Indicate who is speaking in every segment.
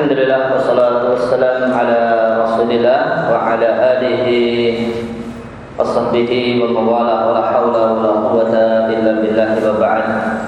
Speaker 1: Alhamdulillah wassalatu wassalamu ala Rasulillah wa ala alihi wa sahbihi wa mawala wa la hawla wa la quwwata illa billahi wa ba'd.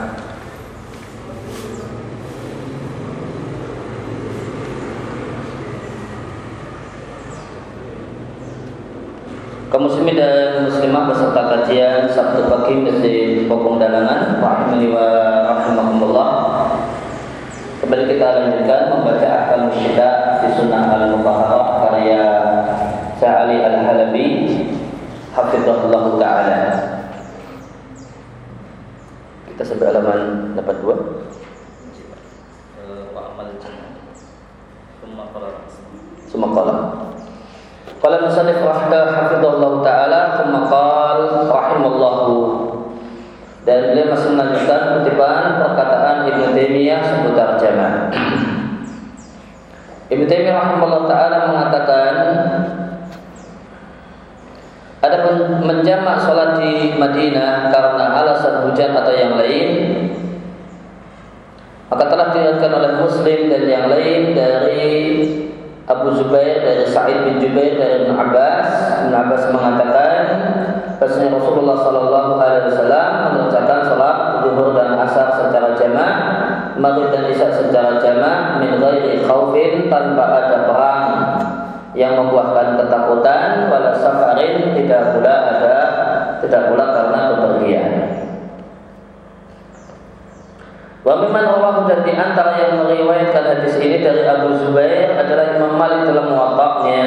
Speaker 1: Kaum muslimin dan muslimah beserta kajian Sabtu pagi Masjid Pokong Dalangan rahimani wa rahimakumullah. Kembali kita lanjutkan membaca Ahkam Syidah di Sunnah Al-Mutahharah karya Sya'ali Al-Halabi hafizahullah ta'ala. Kita sampai halaman 82. Sumaqala qala musannif hafizahullah ta'ala thumma qala rahimallahu. Dan beliau masih melanjutkan kutipan perkataan Ibnu Taimiyah seputar jamaah. Ibnu Taimiyah rahimahullah ta'ala mengatakan, ada menjamak sholat di Madinah karena alasan hujan atau yang lain, maka telah diriwayatkan oleh Muslim dan yang lain dari Abu Zubair, dari Sa'id bin Jubair, dari Ibnu Abbas. Ibnu Abbas mengatakan bahwasanya Rasulullah sallallahu alaihi wasallam mengerjakan salat zuhur dan asar secara jamaah, maghrib dan isya secara jamaah, min ghairi khaufin, tanpa ada perang yang membuahkan ketakutan, wala safarin, tidak pula karena bepergian. Wa mimman rawahu, dan di antara yang meriwayatkan hadis ini dari Abu Zubair adalah Imam Malik dalam Muwatta'nya.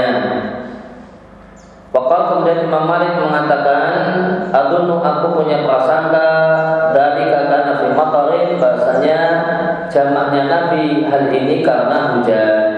Speaker 1: Waqal, kemudian Imam Malik mengatakan, adunnu, aku punya prasangka dari kana fi matarin, bahasanya jamaknya Nabi hal ini karena hujan.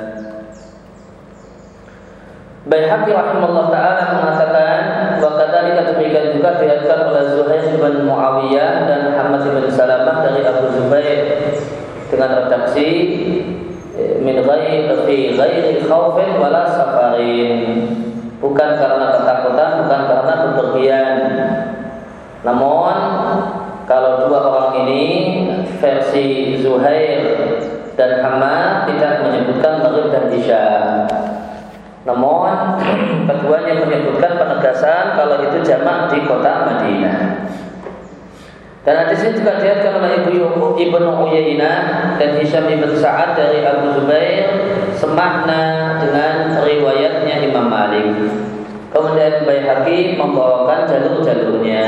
Speaker 1: Baihaqi rahimahullah ta'ala mengatakan, wa kadzalika, demikian juga diriwayatkan oleh Zuhair bin Muawiyah dan Hamad bin Salamah dari Abu Zubair dengan redaksi min ghairi khaufin wala safarin, bukan karena ketakutan, bukan karena bepergian. Namun kalau dua orang ini, versi Zuhair dan Hamad, tidak menyebutkan maghrib dan isya. Namun keduanya menyebutkan penegasan kalau itu jamak di kota Madinah. Dan hadis ini juga diriwayatkan oleh Ibnu Uyainah dan Hisham bin Sa'ad dari Abu Zubair, semakna dengan riwayatnya Imam Malik. Kemudian Baihaqi membawakan jalur-jalurnya.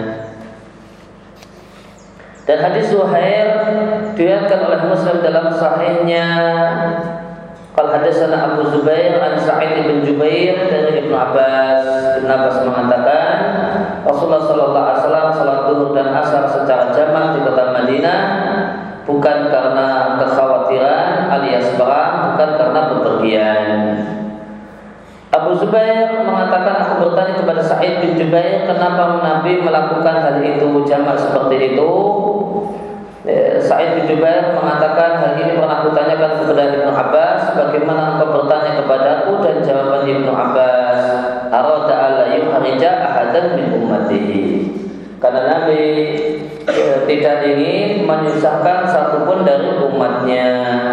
Speaker 1: Dan hadis Zuhair diriwayatkan oleh Muslim dalam sahihnya. Qal hadatsana Abu Zubair an Sa'id bin Jubair dari Ibnu Abbas. Ibnu Abbas mengatakan, Rasulullah sallallahu alaihi wasallam salat zuhur dan asar secara jamak di kota Madinah, bukan karena kekhawatiran alias perang, bukan karena bepergian. Abu Zubair mengatakan, aku bertanya kepada Sa'id bin Jubair, kenapa Nabi melakukan hal itu jamak seperti itu? Sa'id bin Jubair mengatakan, hal ini pernah kutanyakan kepada Ibnu Abbas, bagaimana engkau bertanya kepadaku? Dan jawaban Ibnu Abbas, arada alla yuharija ahadan min ummatihi, karena Nabi tidak ingin menyusahkan satupun dari umatnya.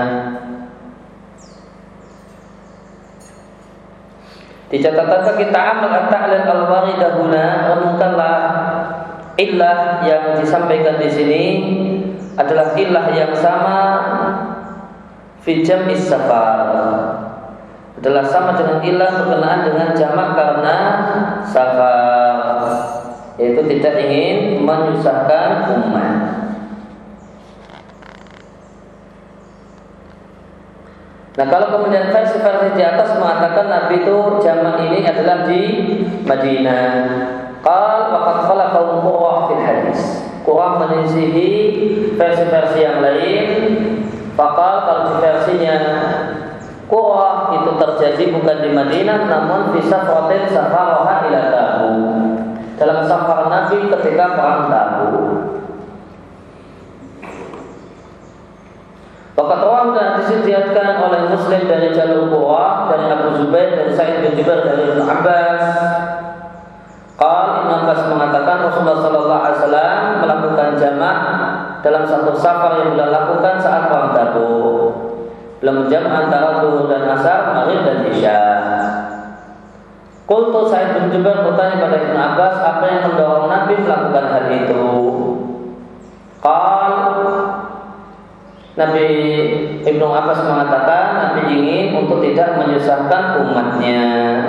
Speaker 1: Di catatan kita amal at-ta'lil al-waridah guna, renungkanlah illah yang disampaikan di sini adalah illah yang sama fi jam'is safar, adalah sama dengan illah berkenaan dengan jamak karena safar, yaitu tidak ingin menyusahkan umat. Nah, kalau kemudian versi-versi di atas mengatakan Nabi itu jamak ini adalah di Madinah. Qal waqad khalaqa Qur'an fil hadis. Qur'an menisihi versi-versi yang lain. Faqal, kalau di versinya Qur'an itu terjadi bukan di Madinah, namun di safaratin safaraha ila Tabuk, dalam safar Nabi ketika perang Tabuk. Waqad rawahu, dan disebutkan oleh Muslim dari jalur Qur'an dari Abu Zubair dan Sa'id bin Jubair dari Ibnu Abbas. Qal, Ibnu Abbas mengatakan Rasulullah sallallahu alaihi wasallam melakukan jamak dalam satu safar yang beliau lakukan saat perang Tabuk. belum jam antara zuhur dan asar, maghrib dan isya. Qultu Sa'id bin Jubair bertanya pada Ibnu Abbas, apa yang mendorong Nabi melakukan hal itu? Nabi Ibnu Abbas mengatakan Nabi ingin untuk tidak menyusahkan umatnya.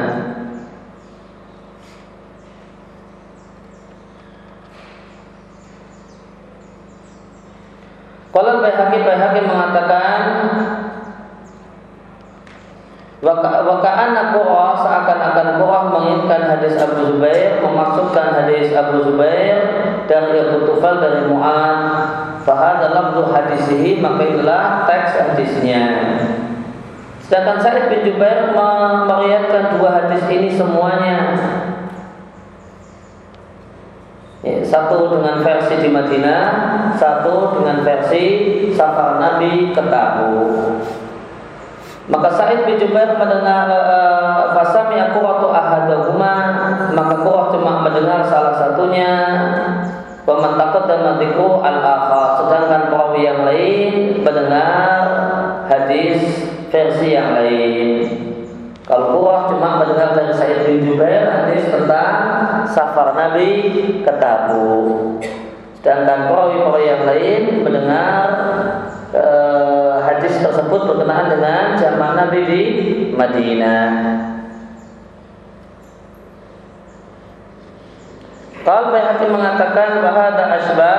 Speaker 1: Qala Baihaqi mengatakan wa ka'anna Qur'ah, seakan-akan Qur'ah menginginkan hadis Abu Zubair, memaksudkan hadis Abu Zubair dari Abu Tufal dari Mu'ad. Fahadha lafzu hadisihi, maka inilah teks hadisnya. Sedangkan Sa'id bin Jubair meriwayatkan dua hadis ini semuanya, satu dengan versi di Madinah, satu dengan versi safar Nabi ke Tabuk. Maka Sa'id bin Jubair mendengar fasami Qurratu ahadahuma, maka Qurrah cuma mendengar salah satunya. Wa man taqaddama dzikru al-akhar, sedangkan perawi yang lain mendengar hadis versi yang lain. Kalau Qurrah cuma mendengar dari Sa'id bin Jubair hadis tentang safar Nabi ke Tabuk, sedangkan perawi yang lain mendengar hadis tersebut berkenaan dengan jamak Nabi di Madinah. Kalau Baihaqi mengatakan bahada asbah,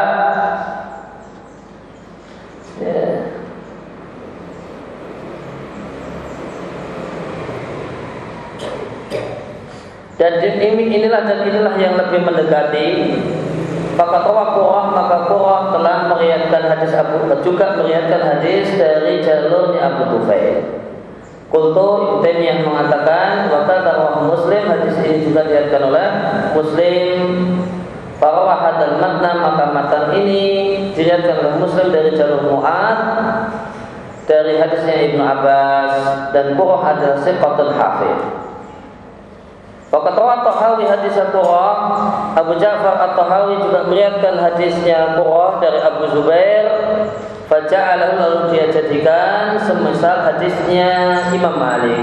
Speaker 1: dan inilah yang lebih mendekati. Maka Qurrah telah meriwayatkan hadis juga meriwayatkan hadis dari jalurnya Abu Tufail. Qultu Ibnu Taimiyah mengatakan wa kadza Muslim, hadis ini juga diriwayatkan oleh Muslim. Farawah hadzal matna, maka matan ini diriwayatkan oleh Muslim dari jalur Mu'ad dari hadisnya Ibnu Abbas, dan Qurrah adalah siqatul hafidh. Waqat At-Tahawi hadis Qurrah, Abu Ja'far At-Tahawi juga meriwayatkan hadisnya Qurrah dari Abu Zubair. Faja'alahu, lalu dia jadikan semisal hadisnya Imam Malik.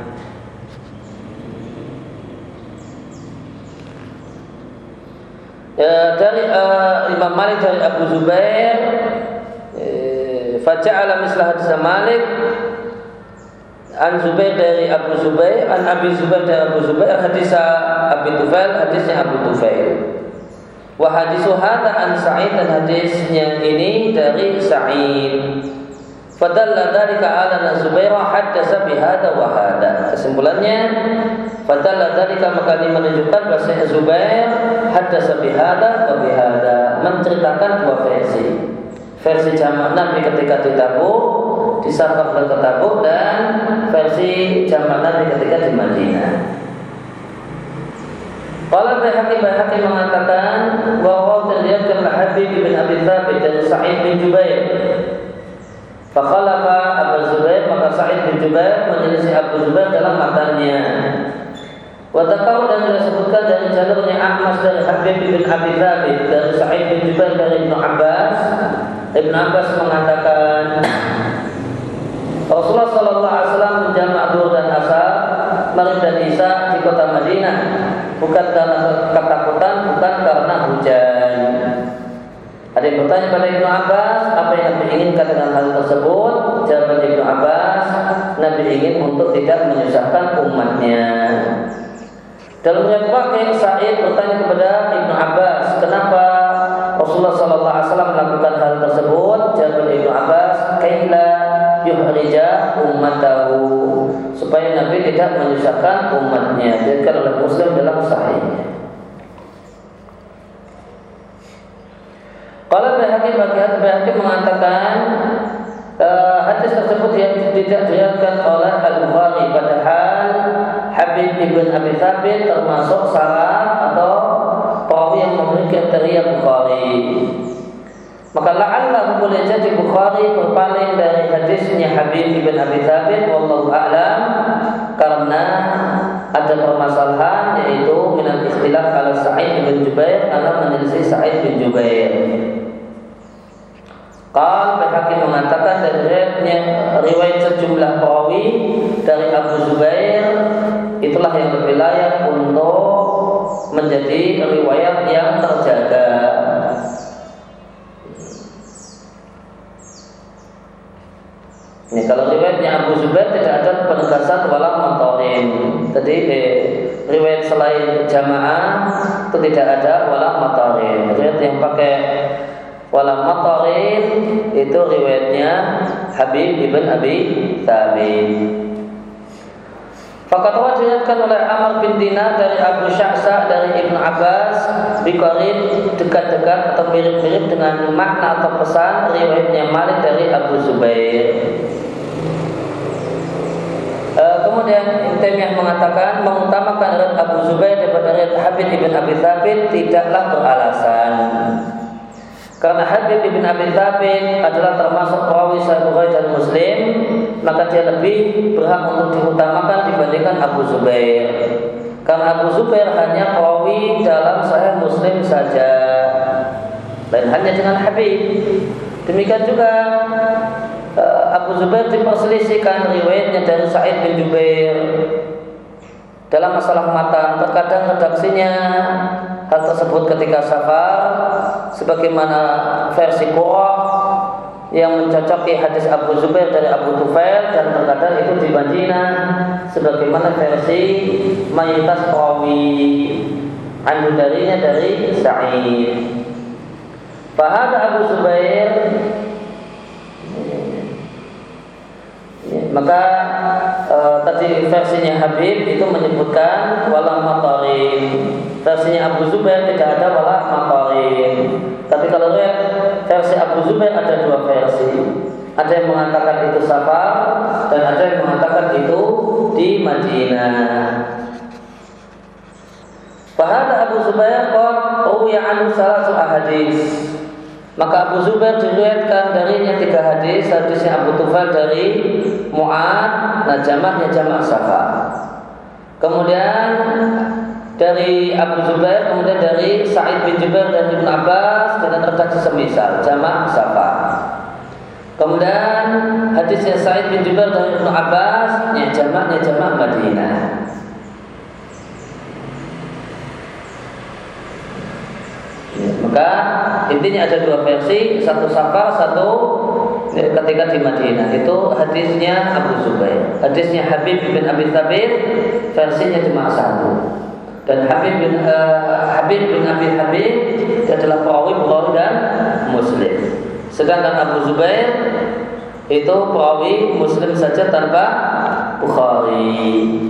Speaker 1: Dari Imam Malik dari Abu Zubair, faja'ala mislah hadis Malik an Zubair dari Abu Zubair, an Abi Zubair dari Abu Zubair, hadis Abi Tufail, hadisnya Abu Tufail. Wa hadisu hadza an Sa'id, dan hadisnya ini dari Sa'id. Fadalla dzalika ala Zubair haddatsa bi hadza wa hadza. Kesimpulannya, fadalla dzalika, maka ini menunjukkan bahwa Zubair haddatsa bi hadza wa bi hadza, menceritakan dua versi. Versi jamak Nabi ketika di Tabuk, di safar ke Tabuk, dan versi jamak Nabi ketika di Madinah. Qala Baihaqi mengatakan bahwa terlihatkan Habib bin Abi Thabit dan Sa'id bin Jubair. Fakhalafa Abu Zubair, maka Sa'id bin Jubair menyelisih Abu Zubair dalam matanya. Wa dzakara, dan disebutkan dari jalurnya Ahmad dari Habib bin Abi Thabit dari Sa'id bin Jubair dari Ibnu Abbas. Ibnu Abbas mengatakan Rasulullah sallallahu alaihi wasallam menjamak zuhur dan asar, maghrib dan isya di kota Madinah, bukan karena ketakutan, bukan karena hujan. Ada yang bertanya pada Ibnu Abbas, apa yang Nabi inginkan dengan hal tersebut? Jawaban Ibnu Abbas, Nabi ingin untuk tidak menyusahkan umatnya. Dalam riwayat Waqi', Sa'id bertanya kepada Ibnu Abbas, kenapa Rasulullah sallallahu alaihi wasallam melakukan hal tersebut? Jawaban Ibnu Abbas, kaila yuhrija ummatahu, supaya Nabi tidak menyusahkan umatnya. Diriwayatkan oleh Muslim dalam sahihnya. Kalau Baihaqi mengatakan hadis tersebut yang tidak diriwayatkan oleh Al-Bukhari, padahal Habib bin Abi Thabit termasuk salah atau perawi yang memiliki kriteria Bukhari. Maka la'allahu boleh jadi Bukhari berpaling dari hadisnya Habib bin Abi Thabit, wallahu a'lam, karena ada permasalahan, yaitu minal ikhtilaf ala Sa'id bin Jubair, karena menyelisih Sa'id bin Jubair. Baihaqi mengatakan dari riwayat sejumlah perawi dari Abu Zubair, itulah yang lebih layak untuk menjadi riwayat yang terjaga. Ini kalau riwayatnya Abu Zubair tidak ada penegasan wala matorin. Jadi riwayat selain jamaah itu tidak ada wala matorin. Riwayat yang pakai wala matorin itu riwayatnya Habib ibn Abi Thabit. Fakatwa diriwayatkan oleh Amr bin Dinar dari Abu Sya'sa dari Ibnu Abbas biqarib dekat-dekat atau mirip-mirip dengan makna atau pesan riwayatnya Malik dari Abu Zubair. Kemudian Taimiyah mengatakan mengutamakan riwayat Abu Zubair daripada riwayat Habib ibn Abi Thabit tidaklah beralasan. Karena Habib ibn Abi Thabit adalah termasuk perawi Sahih Bukhari dan Muslim, maka dia lebih berhak untuk diutamakan dibandingkan Abu Zubair. Karena Abu Zubair hanya perawi dalam Sahih Muslim saja, lain hanya dengan Habib. Demikian juga Abu Zubair diperselisihkan riwayatnya dari Sa'id bin Jubair dalam masalah matan. Terkadang redaksinya hal tersebut ketika safar, sebagaimana versi Qur'an yang mencocoki hadis Abu Zubair dari Abu Tufail, dan terkadang itu di Madinah sebagaimana versi mayoritas perawi anu darinya dari Sa'id. Fahada Abu Zubair, maka tadi versinya Habib itu menyebutkan wala matarin. Versinya Abu Zubair tidak ada wala matarin. Tapi kalau versi Abu Zubair ada dua versi. Ada yang mengatakan itu safar dan ada yang mengatakan itu di Madinah. Fahada Abu Zubair qad ruwiya anhu salasu ahadits. Maka Abu Zubair diriwayatkan darinya 3 hadis. Hadisnya Abu Tufail dari Mu'ad, nah jamaknya jamak safar. Kemudian dari Abu Zubair, kemudian dari Sa'id bin Jubair dan Ibnu Abbas dengan redaksi semisal jamak safar. Kemudian hadisnya Sa'id bin Jubair dan Ibnu Abbas, ya jamaknya jamak Madinah. Maka intinya ada 2 versi, satu safar, satu ketika di Madinah. Itu hadisnya Abu Zubair. Hadisnya Habib bin Abi Thabit versinya cuma satu. Dan Habib bin Abi Habib dia adalah perawi Bukhari dan Muslim. Sedangkan Abu Zubair itu perawi Muslim saja tanpa Bukhari.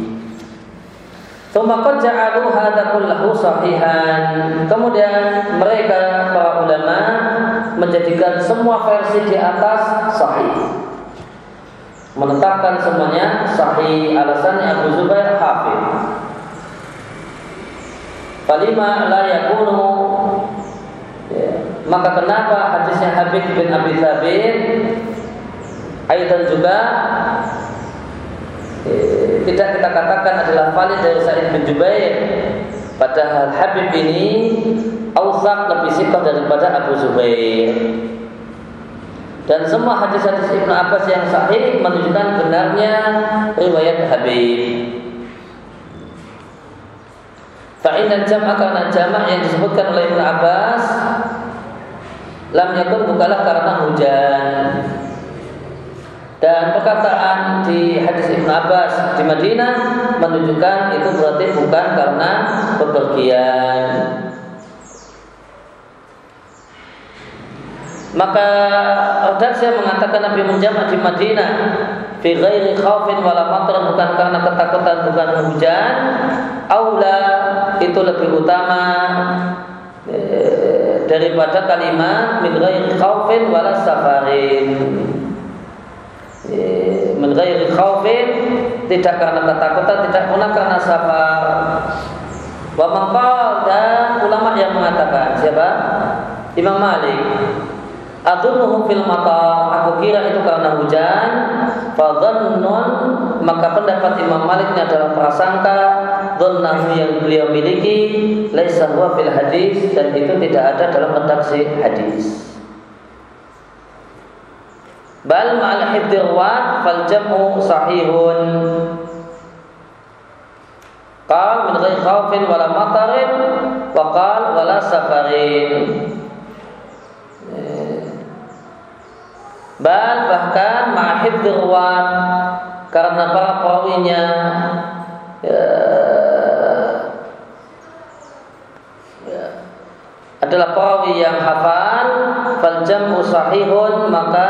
Speaker 1: Tsumma ja'alu hadza kullahu sahihan. Kemudian mereka para ulama menjadikan semua versi di atas sahih. Menetapkan semuanya sahih. Alasannya Abu Zubair hafid. Falima la yakunu, maka kenapa hadisnya Habib bin Abi Thabit aidan juga tidak kita katakan adalah valid dari Sa'id bin Jubair, padahal Habib ini awsaq, lebih sikoh daripada Abu Zubair. Dan semua hadis-hadis Ibnu Abbas yang sahih menunjukkan benarnya riwayat Habib. Fa'inal jam'a, karena jamak yang disebutkan oleh Ibnu Abbas lam yakun bukalah karena hujan. Dan perkataan di hadis Ibnu Abbas di Madinah menunjukkan itu berarti bukan karena bepergian. Maka redaksi mengatakan Nabi menjamak di Madinah fi ghairi khaufin wala matar, bukan karena ketakutan, bukan hujan. Aula, itu lebih utama daripada kalimat min ghairi khaufin wala safarin. Min ghairi khaufin, tidak karena ketakutan, tidak pula karena safar. Wa maqal, dan ulama yang mengatakan, siapa? Imam Malik. Adunnuhu fil matar, aku kira itu karena hujan. Fadhannun, maka pendapat Imam Malik ini adalah prasangka. Dhannahu yang beliau miliki laisa huwa fil hadis, dan itu tidak ada dalam redaksi hadis. Bal ma'al hifdzi ruwat fal jam'u sahihun. Qal min ghairi khaufin wala matarin wa qal wala safarin. Bal bahkan ma'al hifdzi ruwat, karena para perawinya adalah perawi yang hafal, fal jam'u sahihun, maka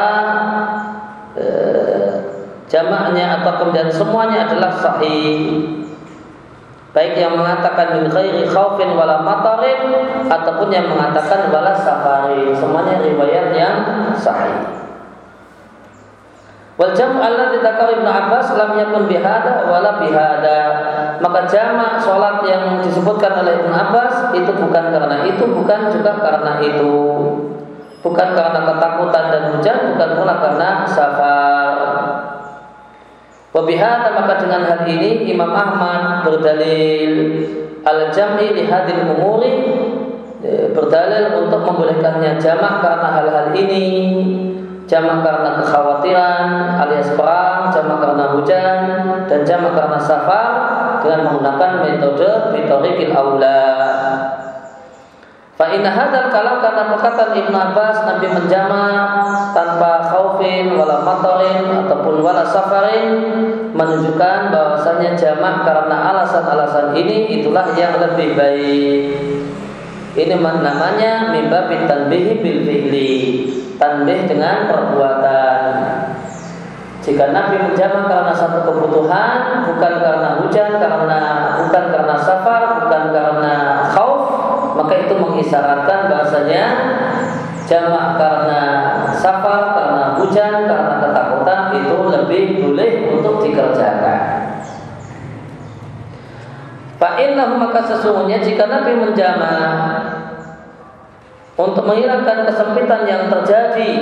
Speaker 1: jamaknya atau kemudian semuanya adalah sahih. Baik yang mengatakan min ghairi khaufin wala matarin ataupun yang mengatakan wala safarin, semuanya riwayat yang sahih. Wal jam' alladzi dzakara Ibnu Abbas lam yakun bihada wala bihada. Maka jamak salat yang disebutkan oleh Ibnu Abbas itu bukan karena itu, bukan juga karena itu. Bukan karena ketakutan dan hujan, bukan pula karena safar. Wa bihada, maka dengan hal ini Imam Ahmad berdalil al-jam'i li hadil umuri, berdalil untuk membolehkannya jamak karena hal-hal ini. Jamak karena kekhawatiran alias perang, jamak karena hujan, dan jamak karena safar dengan menggunakan metode bitoriqil aula. Fa inna hadzal kalam, karena perkataan Ibnu Abbas Nabi menjamak tanpa khaufin wala matarin ataupun wala safarin menunjukkan bahwasanya jamak karena alasan-alasan ini itulah yang lebih baik. Ini namanya mimba bitanbihi bil fi'li, tanbih dengan perbuatan. Jika Nabi menjamak karena satu kebutuhan, bukan karena hujan, bukan karena safar, bukan karena khauf, maka itu mengisyaratkan bahasanya jamak karena safar, karena hujan, karena ketakutan itu lebih boleh untuk dikerjakan. Fa'innahu, maka sesungguhnya jika Nabi menjamak untuk menghilangkan kesempitan yang terjadi,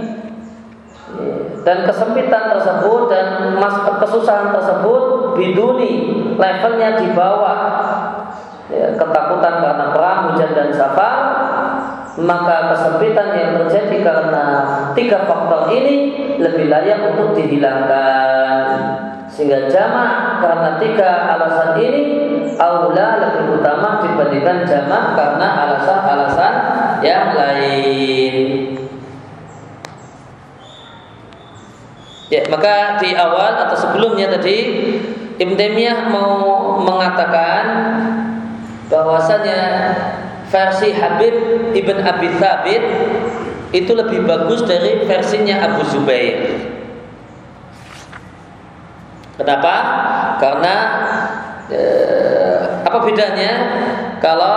Speaker 1: dan kesempitan tersebut dan kesusahan tersebut biduni, levelnya di bawah ketakutan karena perang, hujan dan safar, maka kesempitan yang terjadi karena tiga faktor ini lebih layak untuk dihilangkan. Sehingga jamak karena tiga alasan ini aula, lebih utama dibandingkan jamak karena alasan-alasan yang lain. Ya, maka di awal atau sebelumnya tadi Ibnu Taimiyah mau mengatakan bahwasanya versi Habib ibn Abi Thabit itu lebih bagus dari versinya Abu Zubair. Kenapa? Karena apa bedanya? Kalau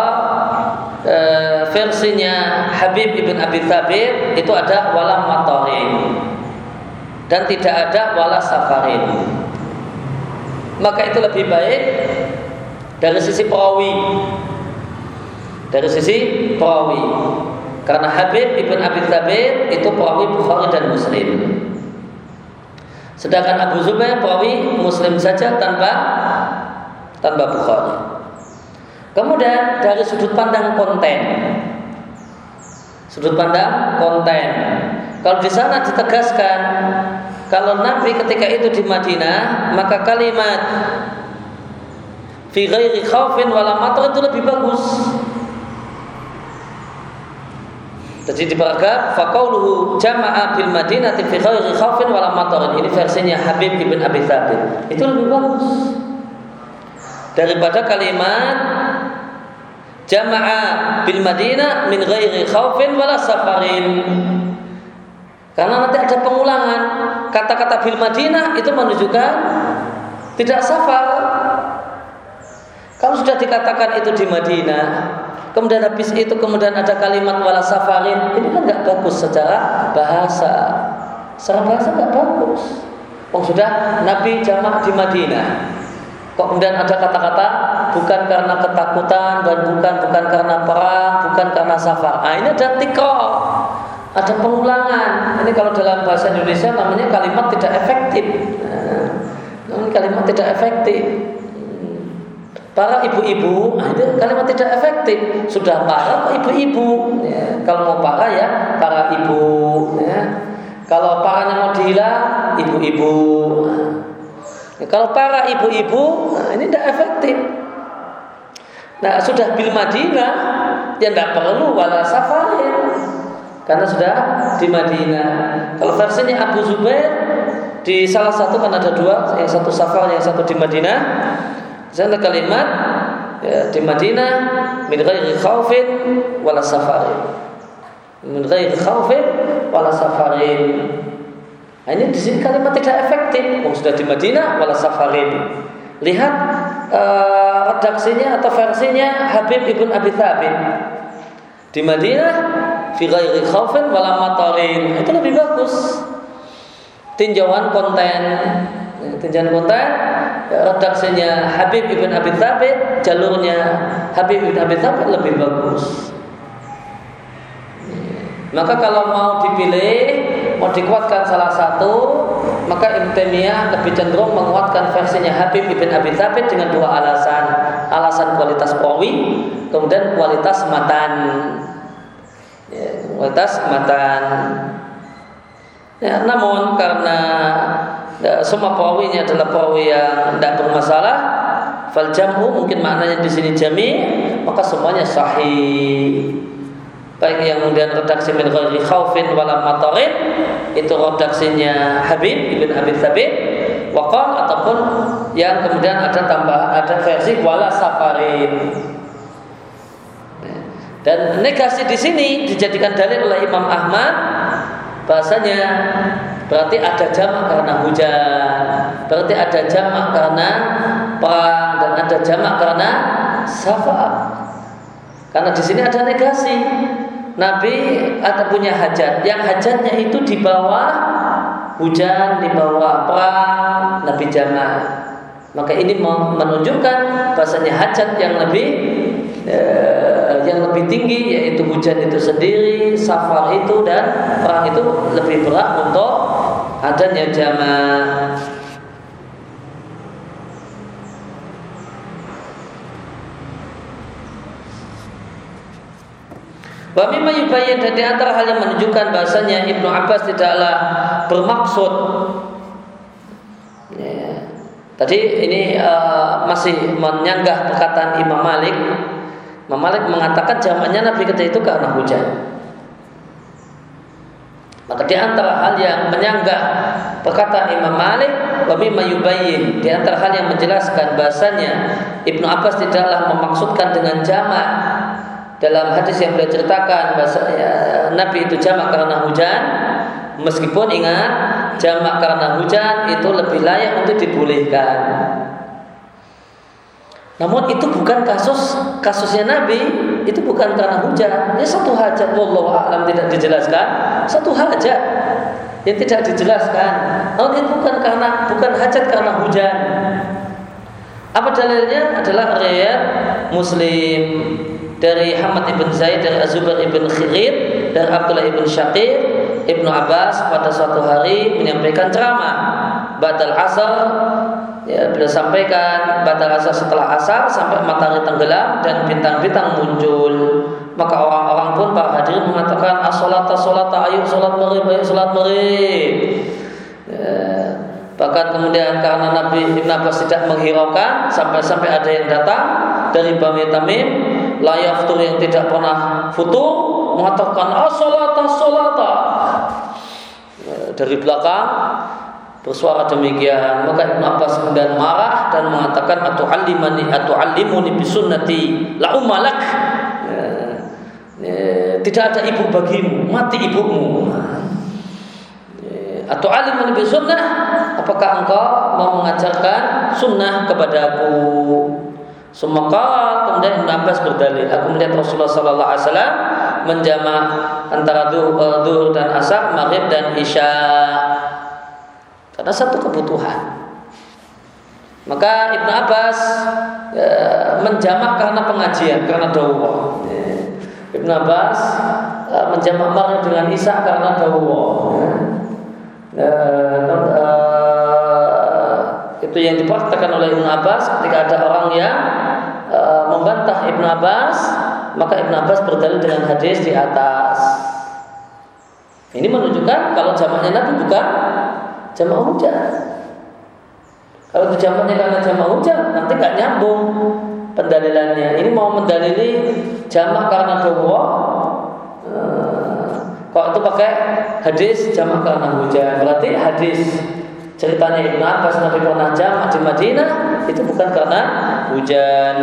Speaker 1: versinya Habib ibn Abi Thabit itu ada wala matarin dan tidak ada wala safarin, maka itu lebih baik dari sisi perawi. Dari sisi perawi, karena Habib ibn Abi Thabit itu perawi Bukhari dan Muslim. Sedangkan Abu Zubair perawi Muslim saja tanpa Bukhari. Kemudian dari sudut pandang konten, kalau di sana ditegaskan kalau Nabi ketika itu di Madinah, maka kalimat fi ghairi khaufin wala matar itu lebih bagus. Jadi di paragraf faqauluhu jama'a bil madinati fi ghairi khaufin wala matarin, ini versinya Habib ibn Abi Thabit, itu lebih bagus daripada kalimat jama'a bil madinah min ghairi khaufin wala safarin. Karena nanti ada pengulangan kata-kata bil madinah itu menunjukkan tidak safar. Kalau sudah dikatakan itu di Madinah, kemudian habis itu kemudian ada kalimat wala safarin, ini kan nggak bagus secara bahasa. Secara bahasa nggak bagus. Sudah Nabi jamak di Madinah, kok kemudian ada kata-kata bukan karena ketakutan dan bukan karena perang, bukan karena safar. Ini ada tikrar, ada pengulangan. Ini kalau dalam bahasa Indonesia namanya kalimat tidak efektif. Kalimat tidak efektif. Para ibu-ibu, itu kalimat tidak efektif. Sudah para ibu-ibu, ya. Kalau mau para ya para ibu, ya. Kalau paranya mau dihilang, ibu-ibu. Kalau para ibu-ibu, ini tidak efektif. Nah, sudah bil Madinah, ya tidak perlu wala safarin, karena sudah di Madinah. Kalau versinya Abu Zubair, di salah satu kan ada dua, yang satu safar, yang satu di Madinah. Di sana kalimat ya, di Madinah min ghairi khaufin wala safarin. Min ghairi khaufin wala safarin. Nah, ini di sini kalimat tidak efektif. Sudah di Madinah wala safarin. Lihat redaksinya atau versinya Habib ibn Abi Thabit. Di Madinah fi ghairi khaufin wala matarin. Itu lebih bagus. Tinjauan konten redaksinya Habib ibn Abi Thabit, jalurnya Habib ibn Abi Thabit lebih bagus. Maka kalau mau dipilih, mau dikuatkan salah satu, maka Ibnu Taimiyah lebih cenderung menguatkan versinya Habib ibn Abi Thabit dengan dua alasan. Alasan kualitas perawi, kemudian kualitas matan. Ya, kualitas matan. Ya, namun karena semua perawinya adalah perawi yang tidak bermasalah, fal jam'u mungkin maknanya di sini jami', maka semuanya sahih. Baik yang kemudian redaksi min ghairi khaufin wala matarin, itu redaksinya Habib ibn Abi Thabit, waqal, ataupun yang kemudian ada versi wala safarin. Dan negasi di sini dijadikan dalil oleh Imam Ahmad, bahasanya berarti ada jamak karena hujan, berarti ada jamak karena perang, dan ada jamak karena safar. Karena di sini ada negasi. Nabi ada punya hajat, yang hajatnya itu di bawah hujan, di bawah perang, Nabi jamak. Maka ini menunjukkan bahasanya hajat yang lebih tinggi, yaitu hujan itu sendiri, safar itu dan perang itu lebih berat untuk adanya jamak. Wa mimma yubayyin, dan di antara hal yang menunjukkan bahasanya Ibnu Abbas tidaklah bermaksud ya. Tadi ini masih menyanggah perkataan Imam Malik. Imam Malik mengatakan jamaknya Nabi ketika itu karena hujan. Maka di antara hal yang menyanggah perkataan Imam Malik, wa mimma yubayyin, di antara hal yang menjelaskan bahasanya Ibnu Abbas tidaklah memaksudkan dengan jamak dalam hadis yang beliau ceritakan bahasanya Nabi itu jamak karena hujan, meskipun ingat jamak karena hujan itu lebih layak untuk dibolehkan. Namun itu bukan kasusnya Nabi, itu bukan karena hujan. Ini satu hajat, wallahu a'lam, tidak dijelaskan. Satu hajat yang tidak dijelaskan. Namun itu bukan hajat karena hujan. Apa dalilnya? Adalah riwayat Muslim dari Hamad ibn Zaid, dari Az-Zubair ibn Khirid, dari Abdullah ibn Syaqir, Ibnu Abbas pada suatu hari menyampaikan ceramah ba'dal asar. Ya, beliau sampaikan ba'dal asar, setelah asar sampai matahari tenggelam dan bintang-bintang muncul. Maka orang-orang pun para hadirin mengatakan as-salata salata, ayo salat maghrib, ayo salat maghrib. Ya, bahkan kemudian karena Nabi Ibn Abbas tidak menghiraukan, sampai ada yang datang dari Bani Tamim, la yaftur, yang tidak pernah futur, mengatakan as-salata salata. Dari belakang bersuara demikian. Maka Ibnu Abbas kemudian marah dan mengatakan atu'allimuni bisunnati la ummalak. Tidak ada ibu bagimu, mati ibumu. Atu'allimuni bisunnah, apakah engkau mau mengajarkan sunnah kepadaku? Semaka kemudian Ibnu Abbas berdalil, aku melihat Rasulullah sallallahu alaihi wasallam menjamak antara zuhur dan asar, maghrib dan isya, karena satu kebutuhan. Maka Ibnu Abbas menjamak karena pengajian, karena dakwah. Ibnu Abbas menjamak maghrib dengan isya karena dakwah. Itu yang dipraktikkan oleh Ibnu Abbas ketika ada orang yang membantah Ibnu Abbas, maka Ibnu Abbas berdalil dengan hadis di atas. Ini menunjukkan kalau jamaknya Nabi bukan jamak hujan. Kalau itu jamaknya karena jamak hujan, nanti nggak nyambung pendalilannya. Ini mau mendalili jamak karena dawa. Kalau itu pakai hadis jamak karena hujan, berarti hadis ceritanya Ibnu Abbas Nabi pernah jamak di Madinah itu bukan karena hujan.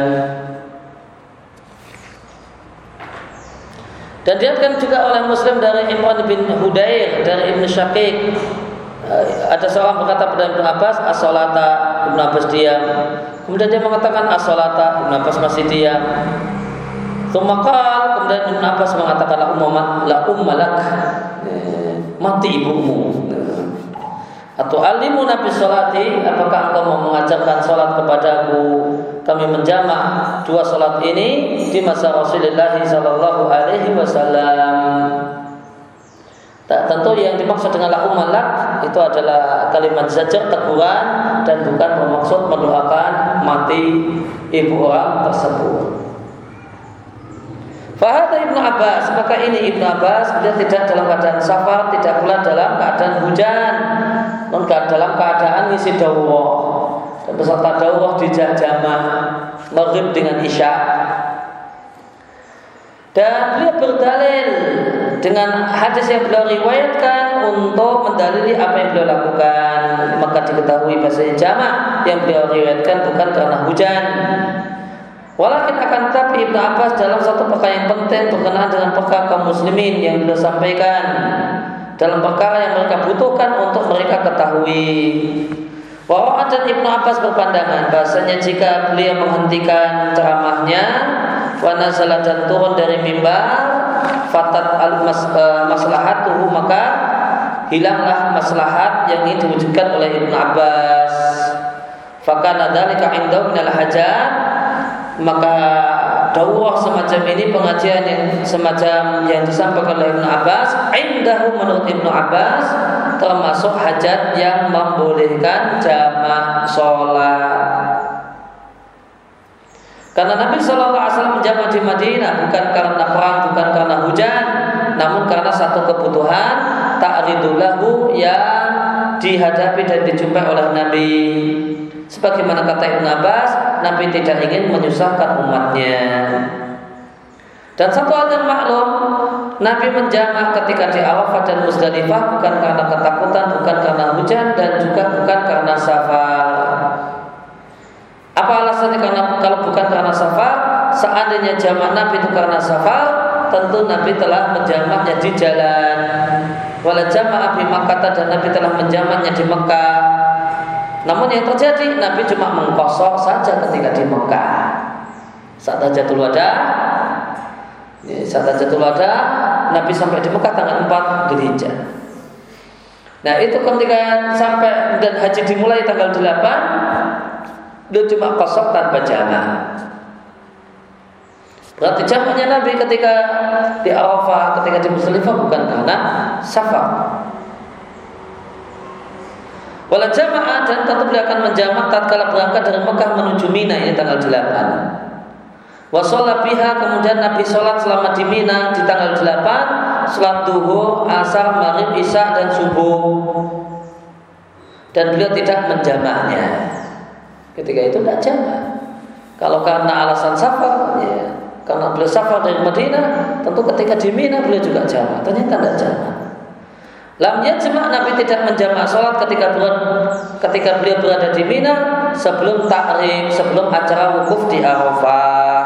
Speaker 1: Dan diriwayatkan juga oleh Muslim dari Imran bin Hudayr dari Ibnu Syaqiq, ada seorang berkata pada Ibnu Abbas, as-salata. Ibnu Abbas diam. Kemudian dia mengatakan as-salata. Ibnu Abbas masih diam. Tsumma kemudian Ibnu Abbas mengatakan la ummalak, mati ibumu. Atau alimu nabi salati, apakah engkau mau mengajarkan salat kepadaku? Kami menjamak dua salat ini di masa Rasulullah sallallahu alaihi wasallam. Tentu yang dimaksud dengan la ummalak itu adalah kalimat zajar, teguran, dan bukan bermaksud mendoakan mati ibu orang tersebut. Fahada Ibnu Abbas, maka ini Ibnu Abbas dia tidak dalam keadaan safar, tidak pula dalam keadaan hujan, namun dalam keadaan ngisi dawuh. Dan peserta dawuh di jamaah maghrib dengan isya. Dan beliau berdalil dengan hadis yang beliau riwayatkan untuk mendalili apa yang beliau lakukan. Maka diketahui bahasanya jamak yang beliau riwayatkan bukan karena hujan. Walakin akan tetapi Ibnu Abbas dalam satu perkara yang penting berkenaan dengan perkara kaum muslimin yang beliau sampaikan dalam perkara yang mereka butuhkan untuk mereka ketahui. Bahwa dan Ibnu Abbas berpandangan bahasanya jika beliau menghentikan ceramahnya wa nazala dan turun dari mimbar fatat maslahatuhu, maka hilanglah maslahat yang ini diwujudkan oleh Ibnu Abbas. Fakana dzalika indahu minal hajat, maka dawah semacam ini, pengajian yang semacam yang disampaikan oleh Ibnu Abbas, indahu menurut Ibnu Abbas termasuk hajat yang membolehkan jamak sholat. Karena Nabi Shallallahu Alaihi Wasallam menjamak di Madinah bukan karena perang, bukan karena hujan, namun karena satu kebutuhan ta'ridulahu yang dihadapi dan dijumpai oleh Nabi. Sebagaimana kata Ibnu Abbas, Nabi tidak ingin menyusahkan umatnya. Dan satu hal yang maklum, Nabi menjamak ketika di Arafah dan Muzdalifah bukan karena ketakutan, bukan karena hujan, dan juga bukan karena safar. Apa alasannya? Karena kalau bukan karena safar, seandainya jamak Nabi itu karena safar, tentu Nabi telah menjamaknya di jalan. Wala jama'a bi Makkah, dan Nabi telah menjamaknya di Mekah. Namun yang terjadi, Nabi cuma mengkosok saja ketika di Mekah. Saat Hajatul Wada, Nabi sampai di Mekah tanggal 4 Dzulhijjah. Nah itu ketika sampai dan haji dimulai tanggal 8, dia cuma kosok tanpa jamak. Berarti jamaknya Nabi ketika di Arafah, ketika di Muzdalifah bukan karena safar. Wala jamaah, dan tentu beliau akan menjamak tatkala berangkat dari Mekah menuju Mina, ini tanggal 8. Wa sholat biha, kemudian Nabi sholat selama di Mina di tanggal 8, sholat duhur, asar, maghrib, isya, dan subuh. Dan beliau tidak menjamaknya. Ketika itu tidak jamak. Kalau karena alasan safar, ya, karena beliau safar dari Madinah, tentu ketika di Mina beliau juga jamak. Ternyata tidak jamak. Lam yajma', Nabi tidak menjamak sholat ketika beliau berada di Mina sebelum ta'rim, sebelum acara wukuf di Arafah.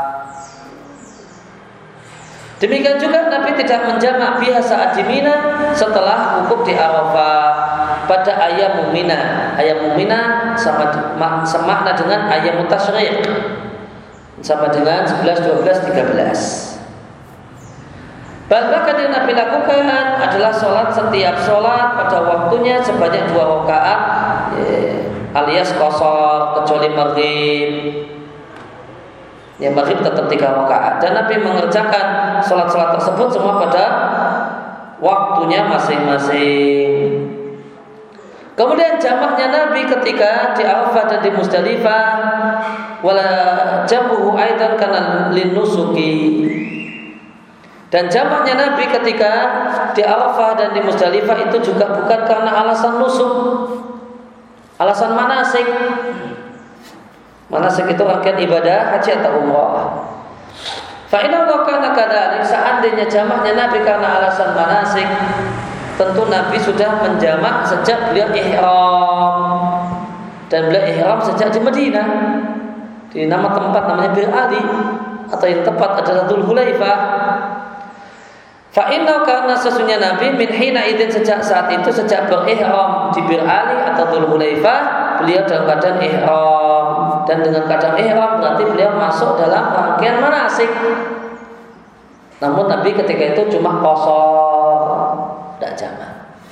Speaker 1: Demikian juga Nabi tidak menjamak biha saat di Mina setelah wukuf di Arafah pada ayam Mina. Ayam Mina semakna dengan ayam tasyrik, sama dengan 11, 12, 13. Bahkan yang Nabi lakukan adalah sholat setiap sholat pada waktunya sebanyak 2 rakaat, alias qashar, kecuali maghrib. Ya, maghrib tetap 3 rakaat. Dan Nabi mengerjakan sholat-sholat tersebut semua pada waktunya masing-masing. Kemudian jamaknya Nabi ketika di Arafah dan di Muzdalifah, wala jamuhu aidan kana linusuki. Dan jamaknya Nabi ketika di Arafah dan di Muzdalifah itu juga bukan karena alasan nusuk, alasan manasik. Manasik itu rangkaian ibadah haji atau umrah. Fa inna kana kadzalik, seandainya jamaknya Nabi karena alasan manasik, tentu Nabi sudah menjamak sejak beliau ihram. Dan beliau ihram sejak di Madinah. Di nama tempat namanya Bir Ali, atau yang tepat adalah Dzul Hulaifah. Fa inna karena sesungguhnya Nabi min hina idzin, sejak saat itu, sejak berihram di Bir Ali atau Dzul Hulaifah, beliau dalam keadaan ihram. Dan dengan keadaan ihram berarti beliau masuk dalam rangkaian manasik. Namun Nabi ketika itu cuma qashar, tidak jamak.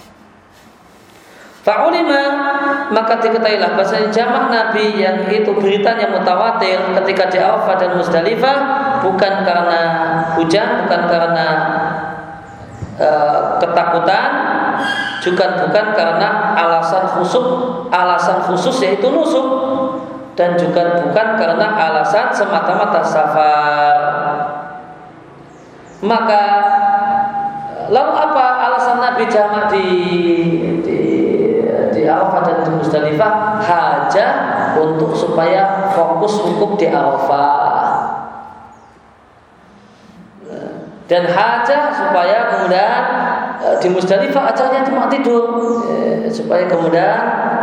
Speaker 1: Fa'ulima, maka diketahuilah bahasanya jamak Nabi yang itu beritanya mutawatir ketika di Arafah dan Muzdalifah bukan karena hujan, bukan karena ketakutan, juga bukan karena alasan khusus yaitu nusuk, dan juga bukan karena alasan semata-mata safar. Maka lalu apa alasan Nabi jamak di Arafah dan di Muzdalifah? Hajah, untuk supaya fokus wukuf di Arafah, dan hajah supaya kemudian di Muzdalifah acaranya cuma tidur, supaya kemudian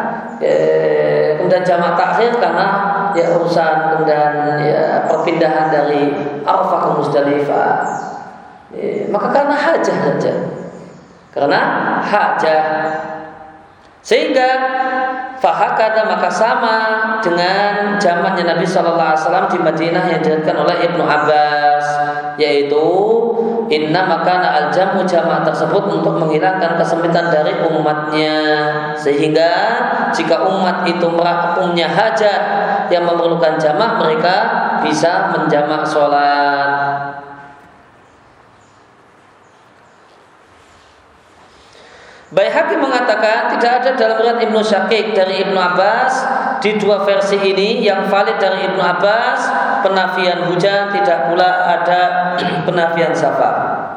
Speaker 1: jamak takhir karena ya urusan kemudian ya perpindahan dari Arafah ke Muzdalifah. Maka karena hajah saja, karena hajah. Sehingga fahakata, maka sama dengan jamaknya Nabi Sallallahu Alaihi Wasallam di Madinah yang diriwayatkan oleh Ibnu Abbas, yaitu inna makana al-jamu, jamak tersebut untuk menghilangkan kesempitan dari umatnya, sehingga jika umat itu punya hajat yang memerlukan jamak, mereka bisa menjamak sholat. Baihaqi mengatakan tidak ada dalam riwayat Ibnu Syakik dari Ibnu Abbas di dua versi ini yang valid dari Ibnu Abbas penafian hujan, tidak pula ada penafian safar.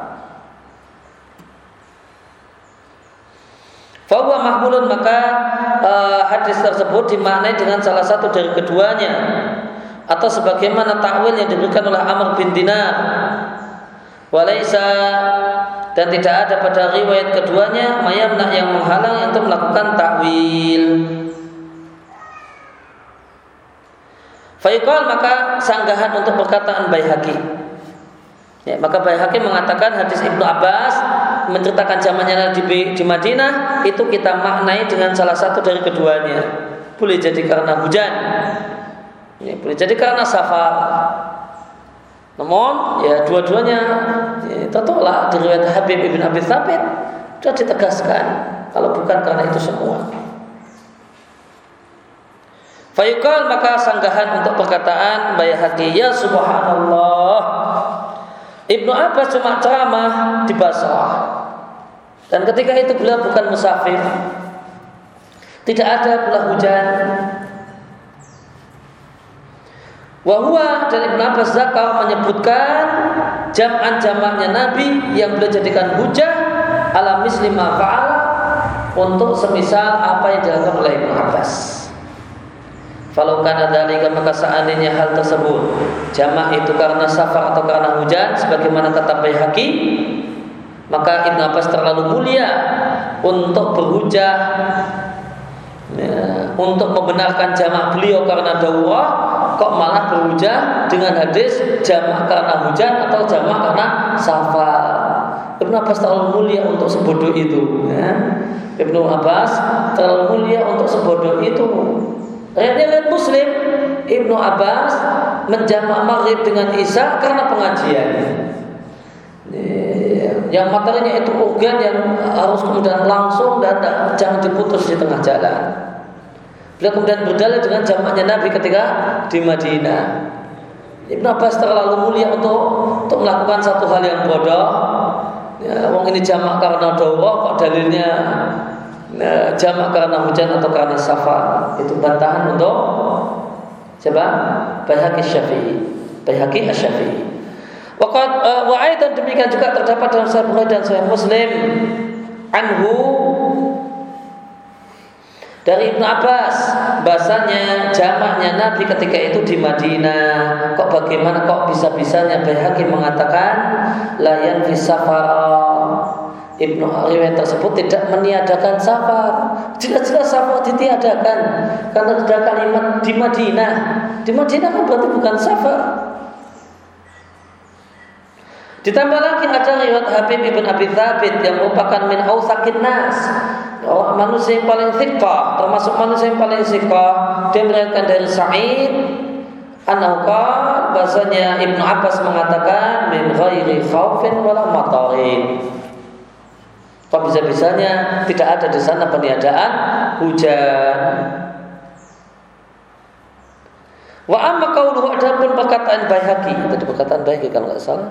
Speaker 1: Fahuwa mahmulun, maka hadis tersebut dimaknai dengan salah satu dari keduanya, atau sebagaimana takwil yang diberikan oleh Amr bin Dinar. Walaisa, dan tidak ada pada riwayat keduanya mayamna, yang menghalang untuk melakukan takwil. Fayuqal, maka sanggahan untuk perkataan Baihaqi. Ya, maka Baihaqi mengatakan hadis Ibnu Abbas menceritakan zamannya di Madinah itu kita maknai dengan salah satu dari keduanya. Boleh jadi karena hujan, ya, boleh jadi karena safar. Namun ya dua-duanya tertolak di riwayat Habib ibn Abi Thabit, sudah ditegaskan kalau bukan karena itu semua. Fayuqal, maka sanggahan untuk perkataan Baihaqi, ya subhanallah, Ibnu Abbas cuma ceramah di Basrah, dan ketika itu beliau bukan musafir, tidak ada pula hujan. Wahwa, dan Ibnu Abbas zakar menyebutkan jamaknya Nabi yang beliau jadikan hujah ala misli ma fa'al, untuk semisal apa yang dilakukan oleh Ibnu Abbas. Falau kana dzalika, maka seandainya hal tersebut jamak itu karena safar atau karena hujan sebagaimana kata Baihaqi, maka Ibnu Abbas terlalu mulia untuk berhujah, ya, untuk membenarkan jamak beliau karena daurah, kok malah berhujah dengan hadis jamak karena hujan atau jamak karena safar. Ibnu Abbas terlalu mulia untuk sebodoh itu, ya. Ibnu Abbas terlalu mulia untuk sebodoh itu. Riwayat Muslim, Ibnu Abbas menjamak maghrib dengan isya karena pengajian, yang materinya itu urgen, yang harus kemudian langsung dan jangan diputus di tengah jalan. Beliau kemudian berdalil dengan jamaknya Nabi ketika di Madinah. Ibnu Abbas terlalu mulia untuk melakukan satu hal yang bodoh. Ya, wong ini jamak karena daurah, kok dalilnya jamak karena hujan atau karena safar. Itu bantahan untuk siapa? Baihaqi Asy-Syafi'i. Wa aidan demikian juga terdapat dalam Sahih Bukhari dan Sahih Muslim anhu dari Ibnu Abbas bahasanya jamaknya Nabi ketika itu di Madinah. Kok bagaimana kok bisa-bisanya Baihaqi mengatakan la yanfi safar? Ibnu riwayat tersebut tidak meniadakan safar. Jelas-jelas safar ditiadakan karena ada kalimat di Madinah. Di Madinah kan berarti bukan safar. Ditambah lagi ada riwayat Habib ibn Abi Thabit yang merupakan min awsaqin nas, manusia yang paling thiqah, termasuk manusia yang paling thiqah. Dia meriwayatkan dari Sa'id annahu qala, bahasanya Ibnu Abbas mengatakan min ghairi khaufin wala matarin. Kok bisa-bisanya tidak ada di sana peniadaan hujan. Wa amma qauluhu, adapun perkataan Baihaqi, itu perkataan Baihaqi kalau enggak salah.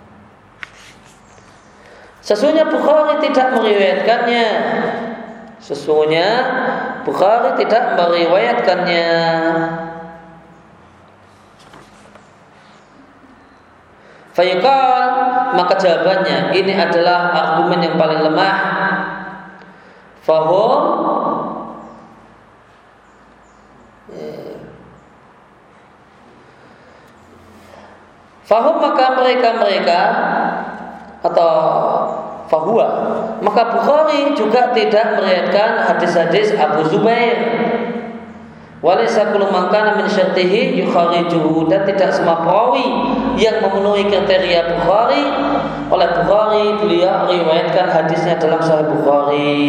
Speaker 1: Sesungguhnya Bukhari tidak meriwayatkannya. Fayuqal, maka jawabannya ini adalah argumen yang paling lemah. Fahum maka mereka atau fahuwa, maka Bukhari juga tidak meriwayatkan hadis-hadis Abu Zubair. Walaysa kullu man kana min syartihi yukharijuhu, dan tidak semua perawi yang memenuhi kriteria Bukhari oleh Bukhari beliau meriwayatkan hadisnya dalam Sahih Bukhari.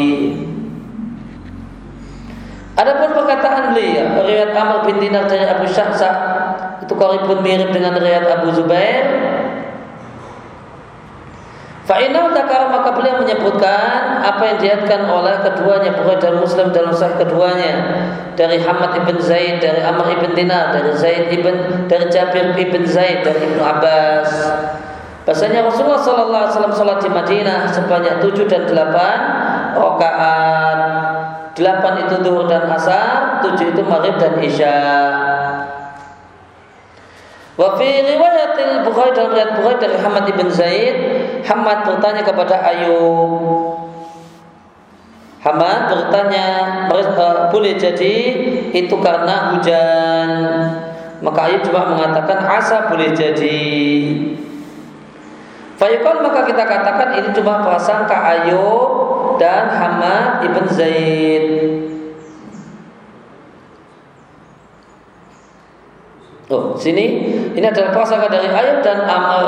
Speaker 1: Adapun perkataan beliau riwayat Amr bin Dinar dari Abu Syahsah itu qaribun mirip dengan riwayat Abu Zubair. Fa'inau takar, maka beliau menyebutkan apa yang diriwayatkan oleh keduanya Bukhari dan Muslim dalam sahih keduanya dari Hamad ibn Zaid, dari Amr ibn Dinar, dari Jabir ibn Zaid, dari Ibnu Abbas. Bahasanya Rasulullah sallallahu alaihi wasallam salat di Madinah sebanyak 7 dan 8 rakaat. 8 itu zuhur dan asar, 7 itu maghrib dan isya. Wa fi riwayatil Bukhari, dalam riwayat Bukhari dari Hamad ibn Zaid, Hamad bertanya kepada Ayub. Hamad bertanya, boleh jadi itu karena hujan. Maka Ayub cuma mengatakan asa boleh jadi. Fayuqal, maka kita katakan ini cuma prasangka Ayub dan Hamad ibn Zaid. Oh, sini ini adalah prasangka dari Ayub dan Amr.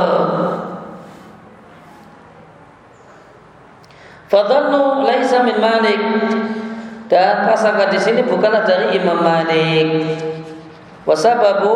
Speaker 1: Fadhannu laisa min Malik, dan prasangka di sini bukanlah dari Imam Malik. Wasababu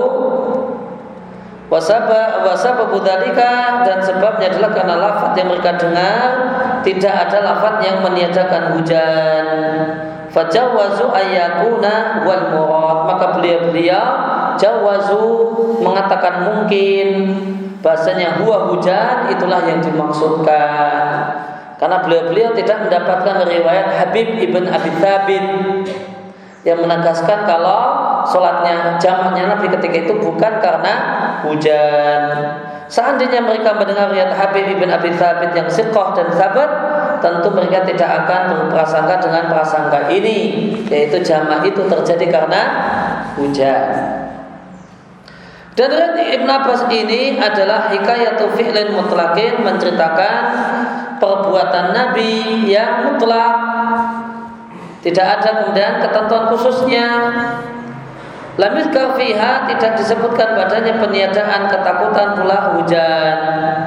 Speaker 1: dzalika, dan sebabnya adalah karena lafaz yang mereka dengar tidak ada lafaz yang meniadakan hujan. Fajawazu ayyakuna wal murad, maka beliau jawazu mengatakan mungkin bahasanya huwa hujan itulah yang dimaksudkan. Karena beliau tidak mendapatkan riwayat Habib ibn Abi Thabit yang menegaskan kalau sholatnya jamaknya Nabi ketika itu bukan karena hujan. Seandainya mereka mendengar riwayat Habib ibn Abi Thabit yang siqah dan sabat, tentu mereka tidak akan berprasangka dengan prasangka ini, yaitu jamak itu terjadi karena hujan. Dan riwayat Ibn Abbas ini adalah hikayatu fi'lin mutlaqin, menceritakan perbuatan Nabi yang mutlak, tidak ada kemudian ketentuan khususnya. Lam yuzkar fiha, tidak disebutkan padanya peniadaan ketakutan pula hujan.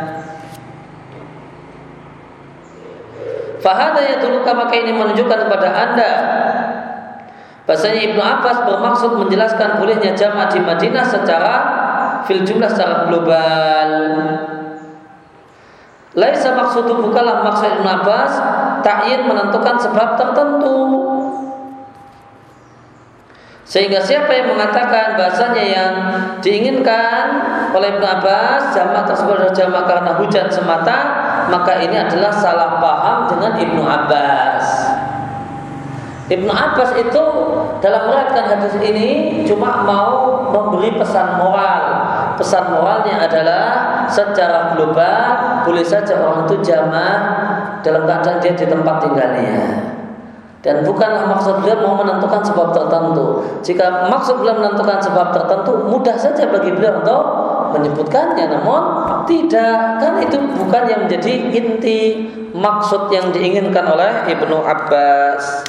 Speaker 1: Fahada yadulluka, maka ini menunjukkan kepada Anda bahasanya Ibnu Abbas bermaksud menjelaskan bolehnya jamak di Madinah secara fil jumlah, secara global. Laisa maksudu, bukanlah maksud Ibnu Abbas ta'yin, menentukan sebab tertentu. Sehingga siapa yang mengatakan bahasanya yang diinginkan oleh Ibnu Abbas jamak tersebut adalah jamak karena hujan semata, maka ini adalah salah paham dengan Ibnu Abbas. Ibnu Abbas itu dalam meriwayatkan hadis ini cuma mau memberi pesan moral pesan moralnya adalah secara global boleh saja orang itu jamak dalam keadaan dia di tempat tinggalnya. Dan bukanlah maksud beliau mau menentukan sebab tertentu. Jika maksud beliau menentukan sebab tertentu, mudah saja bagi beliau untuk menyebutkannya. Namun tidak, kan itu bukan yang menjadi inti maksud yang diinginkan oleh Ibnu Abbas.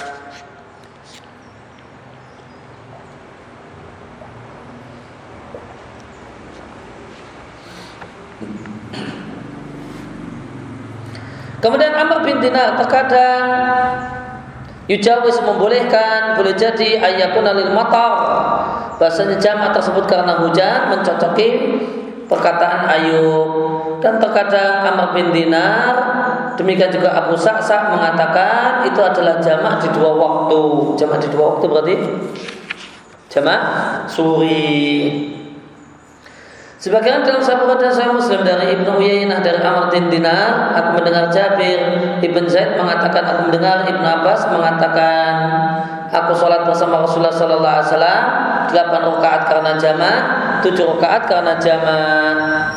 Speaker 1: Kemudian Amr bin Dinar terkadang yujawis membolehkan, boleh jadi ayyakuna lil matar, bahasanya jamak tersebut karena hujan, mencocoki perkataan Ayub. Dan terkadang Amr bin Dinar, demikian juga Abu Sa'sa mengatakan itu adalah jamak di dua waktu. Jamak di dua waktu berarti jamak suri. Sebagian dalam satu hadis Sahih Muslim dari Ibnu Uyainah dari Amr bin Dinar, aku mendengar Jabir ibn Zaid mengatakan, aku mendengar Ibnu Abbas mengatakan, aku sholat bersama Rasulullah Sallallahu Alaihi Wasallam 8 rakaat karena jamak, 7 rakaat karena jamak.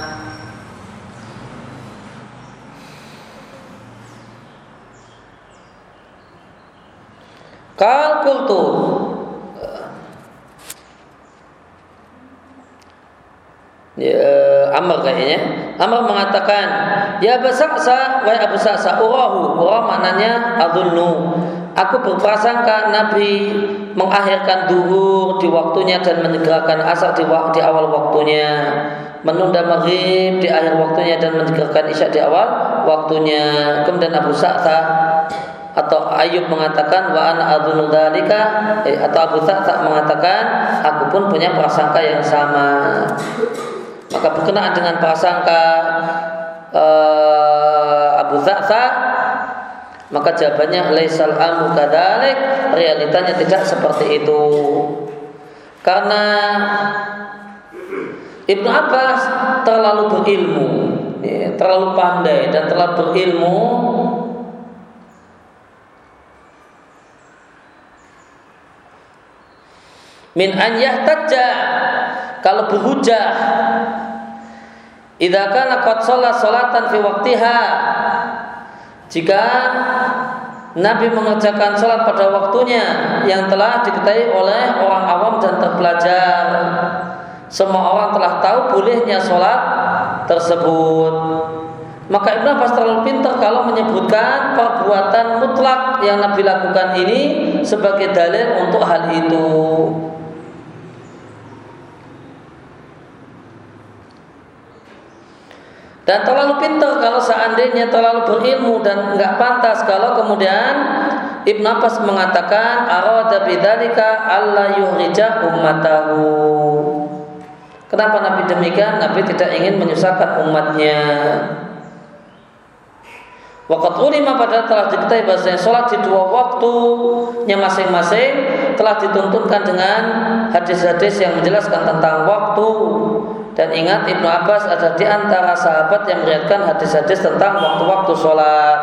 Speaker 1: Qal qultu, Amr kayaknya. Amr mengatakan, ya Abu Sa'sa, wahai Abu Sa'sa, urahu. Urah maknanya adunnu. Aku berprasangka Nabi mengakhirkan duhur di waktunya dan menyegerakan asar di awal waktunya, menunda maghrib di akhir waktunya dan menyegerakan isya di awal waktunya. Kemudian Abu Sa'sa atau Ayub mengatakan, wa ana adunnu dzalika, atau Abu Sa'sa mengatakan, aku pun punya prasangka yang sama. Maka berkenaan dengan prasangka Abu Sa'sa, maka jawabannya laisal amru kadzalik, realitanya tidak seperti itu. Karena Ibnu Abbas terlalu berilmu, terlalu pandai dan terlalu berilmu min an yahtajja, kalau berhujah idza kana qad shalla salatan fi waqtiha, jika Nabi mengerjakan salat pada waktunya yang telah diketahui oleh orang awam dan terpelajar, semua orang telah tahu bolehnya salat tersebut, maka Ibnu Abbas terlalu pintar kalau menyebutkan perbuatan mutlak yang Nabi lakukan ini sebagai dalil untuk hal itu. Dan terlalu pintar kalau seandainya terlalu berilmu dan enggak pantas kalau kemudian Ibnu Abbas mengatakan arada bidzalika alla yuhrija ummatahu. Kenapa Nabi demikian? Nabi tidak ingin menyusahkan umatnya. Waqat ulima, padahal telah diketahui bahasanya sholat di dua waktunya masing-masing telah dituntunkan dengan hadis-hadis yang menjelaskan tentang waktu. Dan ingat, Ibnu Abbas ada di antara sahabat yang meriwayatkan hadis-hadis tentang waktu-waktu sholat.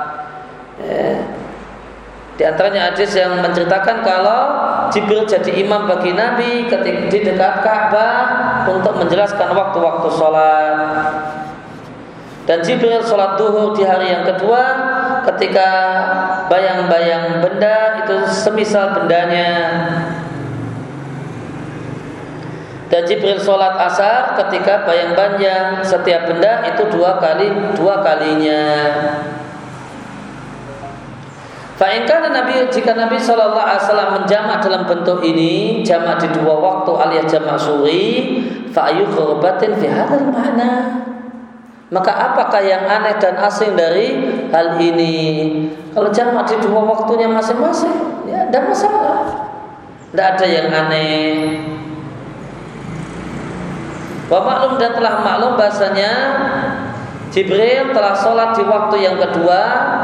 Speaker 1: Di antaranya hadis yang menceritakan kalau Jibril jadi imam bagi Nabi ketika di dekat Ka'bah untuk menjelaskan waktu-waktu sholat. Dan Jibril sholat duhur di hari yang kedua ketika bayang-bayang benda itu semisal bendanya. Dan Jibril sholat asar ketika bayang-bayang setiap benda itu dua kalinya. Fa'inkan Nabi, jika Nabi Shallallahu Alaihi Wasallam menjamak dalam bentuk ini, jamak di dua waktu alias jamak suri, fa'ayu khurbatin fi hadzal ma'na. Maka apakah yang aneh dan asing dari hal ini? Kalau jamak di dua waktunya masing-masing, ya tidak masalah, tidak ada yang aneh. Wa maklum, dan telah maklum bahasanya Jibril telah sholat di waktu yang kedua,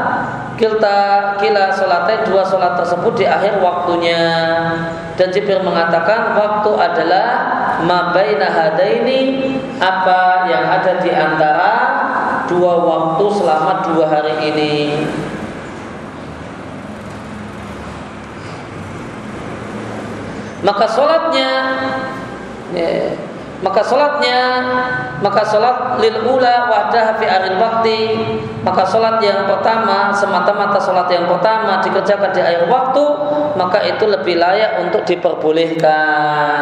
Speaker 1: kila sholatnya, dua sholat tersebut di akhir waktunya. Dan Jibril mengatakan waktu adalah ma baina hadaini, apa yang ada di antara dua waktu selama 2 hari ini. Maka sholatnya maka salat lil ula wahdah fi akhir waktu, maka salat yang pertama semata-mata salat yang pertama dikerjakan di akhir waktu, maka itu lebih layak untuk diperbolehkan.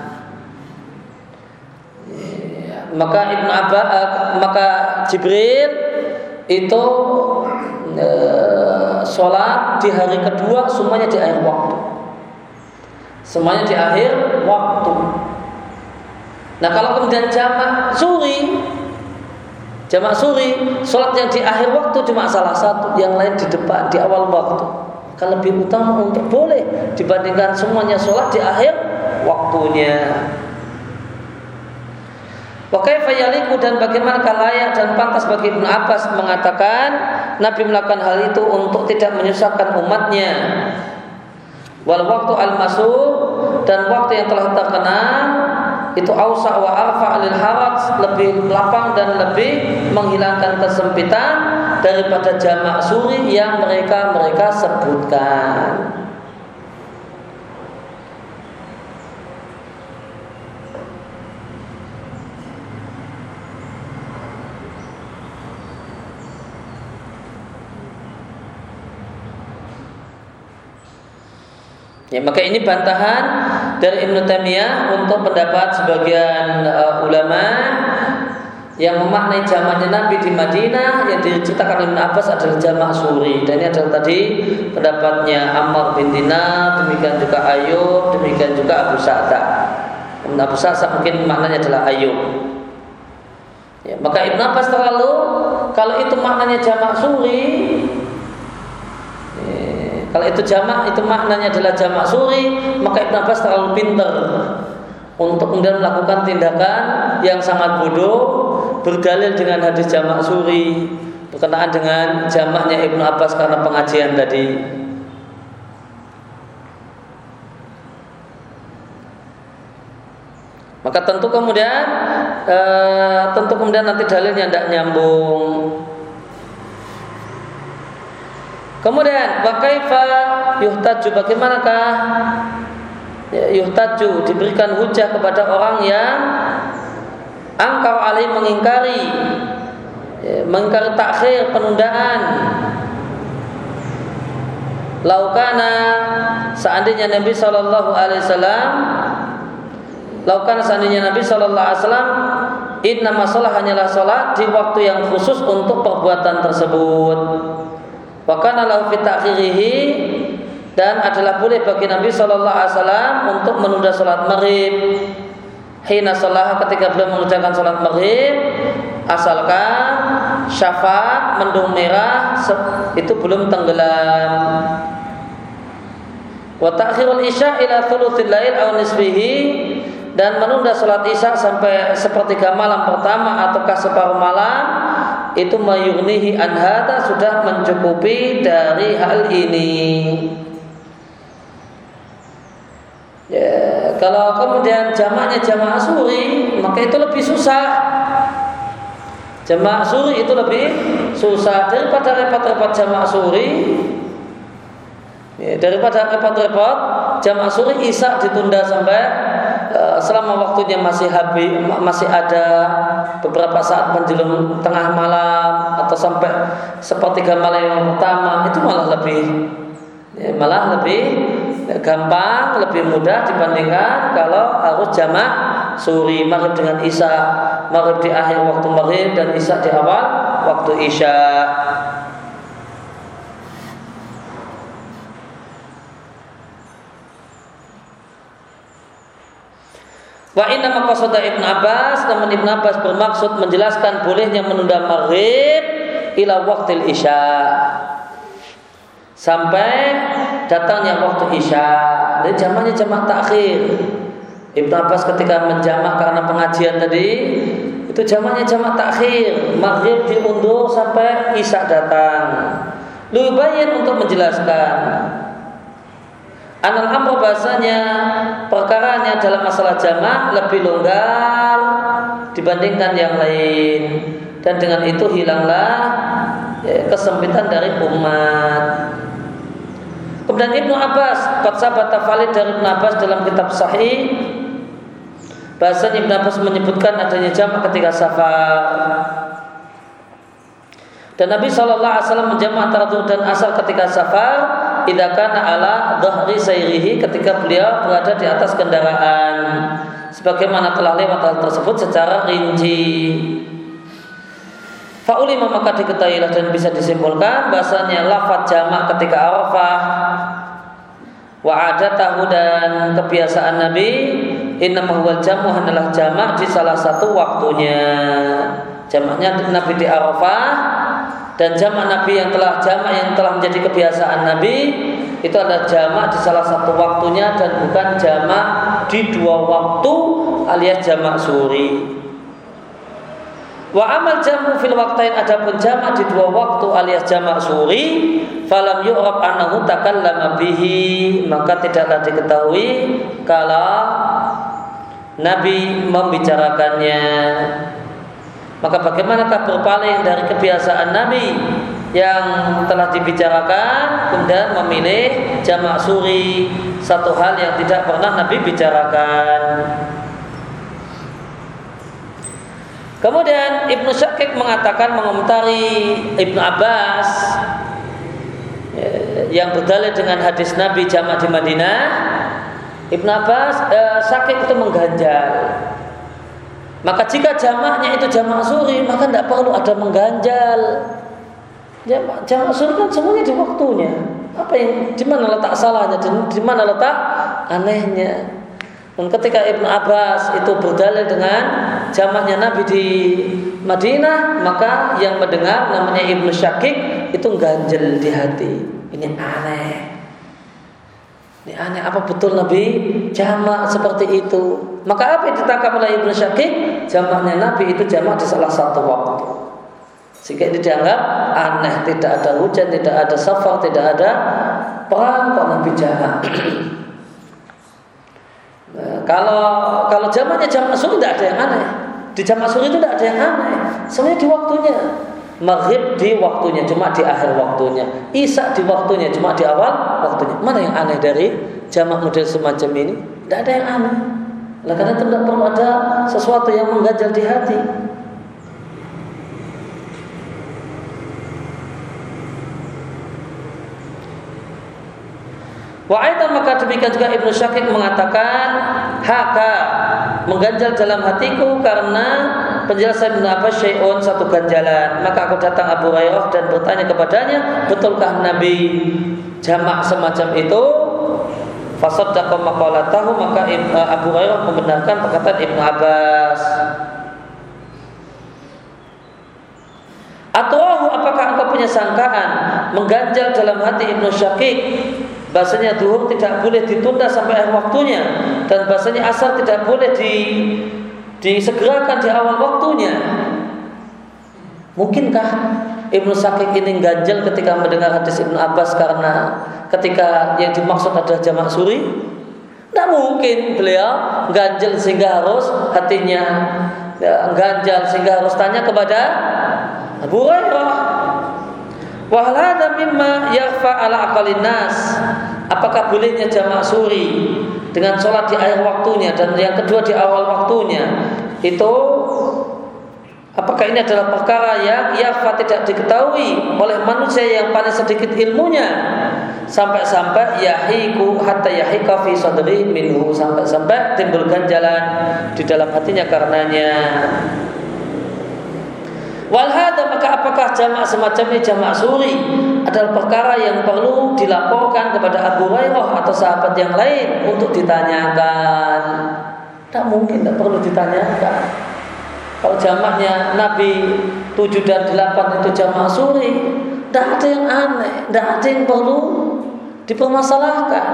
Speaker 1: Maka Jibril itu sholat di hari kedua semuanya di akhir waktu. Semuanya di akhir waktu. Nah kalau kemudian jamak suri, sholat yang di akhir waktu cuma salah satu, yang lain di depan, di awal waktu. Kan lebih utama untuk boleh dibandingkan semuanya sholat di akhir waktunya. Wa kaifa yaliqu, dan bagaimana layak dan pantas bagi Ibnu Abbas mengatakan Nabi melakukan hal itu untuk tidak menyusahkan umatnya. Wal waktu al-masur, dan waktu yang telah terkenal itu ausa wa arfa lil haraj, lebih lapang dan lebih menghilangkan kesempitan daripada jamak suri yang mereka sebutkan. Ya, maka ini bantahan dari Ibnu Taimiyah untuk pendapat sebagian ulama yang memaknai jamaknya Nabi di Madinah yang diceritakan Ibnu Abbas adalah jamak suri. Dan ini adalah tadi pendapatnya Ammar bin Dinar, demikian juga Ayyub, demikian juga Abu Sa'da. Abu Sa'da mungkin maknanya adalah Ayyub. Ya, maka Ibnu Abbas kalau itu maknanya jamak suri, kalau itu jamak, itu maknanya adalah jamak suri, maka Ibnu Abbas terlalu pintar untuk kemudian melakukan tindakan yang sangat bodoh, berdalil dengan hadis jamak suri berkenaan dengan jamaknya Ibnu Abbas karena pengajian tadi. Maka tentu kemudian nanti dalilnya tidak nyambung. Kemudian wa kaifa yuhtaju, bagaimanakah yuhtaju diberikan hujah kepada orang yang angkar alai mengingkari takhir, penundaan. Laukana, seandainya Nabi sallallahu alaihi wasallam inna masalah hanyalah salat di waktu yang khusus untuk perbuatan tersebut. Wa kana lahu fi ta'khirihi, dan adalah boleh bagi Nabi sallallahu alaihi wasallam untuk menunda salat maghrib. Hina shalah, ketika beliau mengerjakan salat maghrib, asalkan syafaq mendung merah itu belum tenggelam. Wa ta'khirul isya ila thuluthil lail aw nisfihi, dan menunda salat isya sampai sepertiga malam pertama ataukah separuh malam, itu mayurnihi an hadza, sudah mencukupi dari hal ini. Ya, kalau kemudian jamaknya jamak suri, maka itu lebih susah. Jamak suri itu lebih susah daripada repot-repot jamak suri. Ya, daripada repot-repot jamak suri isya ditunda sampai selama waktunya masih ada beberapa saat menjelang tengah malam atau sampai sepertiga malam yang pertama, itu malah lebih gampang, lebih mudah dibandingkan kalau harus jamak suri, maghrib dengan isya, maghrib di akhir waktu maghrib dan isya di awal waktu isya. Wa inna maqasada Ibnu Abbas, namun Ibnu Abbas bermaksud menjelaskan bolehnya menunda maghrib ila waktil isya, sampai datangnya waktu isya. Dan jamaknya jamak takhir. Ibnu Abbas ketika menjamak karena pengajian tadi, itu jamaknya jamak takhir, maghrib diundur sampai isya datang. Lubayan untuk menjelaskan anal amr, bahasanya perkaranya dalam masalah jamak lebih longgar dibandingkan yang lain, dan dengan itu hilanglah kesempitan dari umat. Kemudian Ibnu Abbas, qad sabata valid dari Ibnu Abbas dalam kitab Sahih, Bahasa Ibnu Abbas menyebutkan adanya jamak ketika safar. Dan Nabi SAW menjamak antara zuhur dan asar ketika safar, idza kana ala dhahri sayrihi, ketika beliau berada di atas kendaraan, sebagaimana telah lewat hal tersebut secara rinci. Fa'ulima, maka diketahuilah dan bisa disimpulkan bahasanya lafaz jamak ketika Arafah wa adatahu, dan kebiasaan Nabi innama huwal jamu, adalah jamak di salah satu waktunya. Jamaknya Nabi di Arafah, dan jamak Nabi yang telah menjadi kebiasaan Nabi itu adalah jamak di salah satu waktunya dan bukan jamak di dua waktu alias jamak suri. Wa amal jamu fil waqtain, adapun jamak di dua waktu alias jamak suri, falam yu'rab annahu takallama bihi, maka tidaklah diketahui kalau Nabi membicarakannya. Maka bagaimanakah berpaling dari kebiasaan Nabi yang telah dibicarakan kemudian memilih jamak suri, satu hal yang tidak pernah Nabi bicarakan. Kemudian Ibnu Syakik mengatakan, mengomentari Ibnu Abbas yang berdalil dengan hadis Nabi jamak di Madinah. Ibnu Abbas Syakik itu mengganjal. Maka jika jamaknya itu jamak suri, maka tidak perlu ada mengganjal. Jamak suri kan semuanya di waktunya. Di mana letak salahnya? Di mana letak anehnya? Dan ketika Ibnu Abbas itu berdalil dengan jamaknya Nabi di Madinah, maka yang mendengar namanya Ibnu Syakik itu ganjel di hati. Ini aneh. Ini aneh, apa betul Nabi jamak seperti itu? Maka apa yang ditangkap oleh Ibnu Syakik? Jamaknya Nabi itu jamak di salah satu waktu. Sehingga ini dianggap aneh, tidak ada hujan, tidak ada safar, tidak ada perang, kok Nabi jamak. Kalau jamaknya jamak suri tidak ada yang aneh. Di jamak suri itu tidak ada yang aneh. Semuanya di waktunya. Maghrib di waktunya, cuma di akhir waktunya. Isya di waktunya, cuma di awal waktunya. Mana yang aneh dari jamak model semacam ini? Tidak ada yang aneh. Karena tidak perlu ada sesuatu yang mengganjal di hati. Wa aidan, maka demikian juga Ibnu Syakik mengatakan, haka, mengganjal dalam hatiku karena penjelasan Ibnu Abbas syai'un, satu ganjalan. Maka aku datang Abu Hurairah dan bertanya kepadanya, betulkah Nabi jamak semacam itu? Fasaddaqa maqalatahu, maka Abu Hurairah membenarkan perkataan Ibnu Abbas. Atwahu, apakah engkau punya sangkaan mengganjal dalam hati Ibnu Syakik bahasanya zuhur tidak boleh ditunda sampai akhir waktunya, dan bahasanya asar tidak boleh disegerakan di awal waktunya? Mungkinkah Ibnu Syakik ini ganjal ketika mendengar hadis Ibnu Abbas karena ketika yang dimaksud adalah jamak suri? Tidak mungkin beliau ganjal sehingga harus hatinya ganjal sehingga harus tanya kepada Abu Hurairah. Wa hadza mimma yakhfa ala aqalin nas. Apakah bolehnya jamak suri dengan sholat di akhir waktunya dan yang kedua di awal waktunya? Itu apakah ini adalah perkara yang yakhfa, tidak diketahui oleh manusia yang paling sedikit ilmunya, sampai-sampai yahiku hatta yahika fi sadri minhu, sampai-sampai timbul ganjalan di dalam hatinya karenanya. Walhada, maka apakah jamak semacam ini jamak suri adalah perkara yang perlu dilaporkan kepada Abu Hurairah atau sahabat yang lain untuk ditanyakan? Tidak mungkin, tidak perlu ditanyakan. Kalau jamaknya Nabi 7 dan 8 itu jamak suri, tidak ada yang aneh, tidak ada yang perlu dipermasalahkan.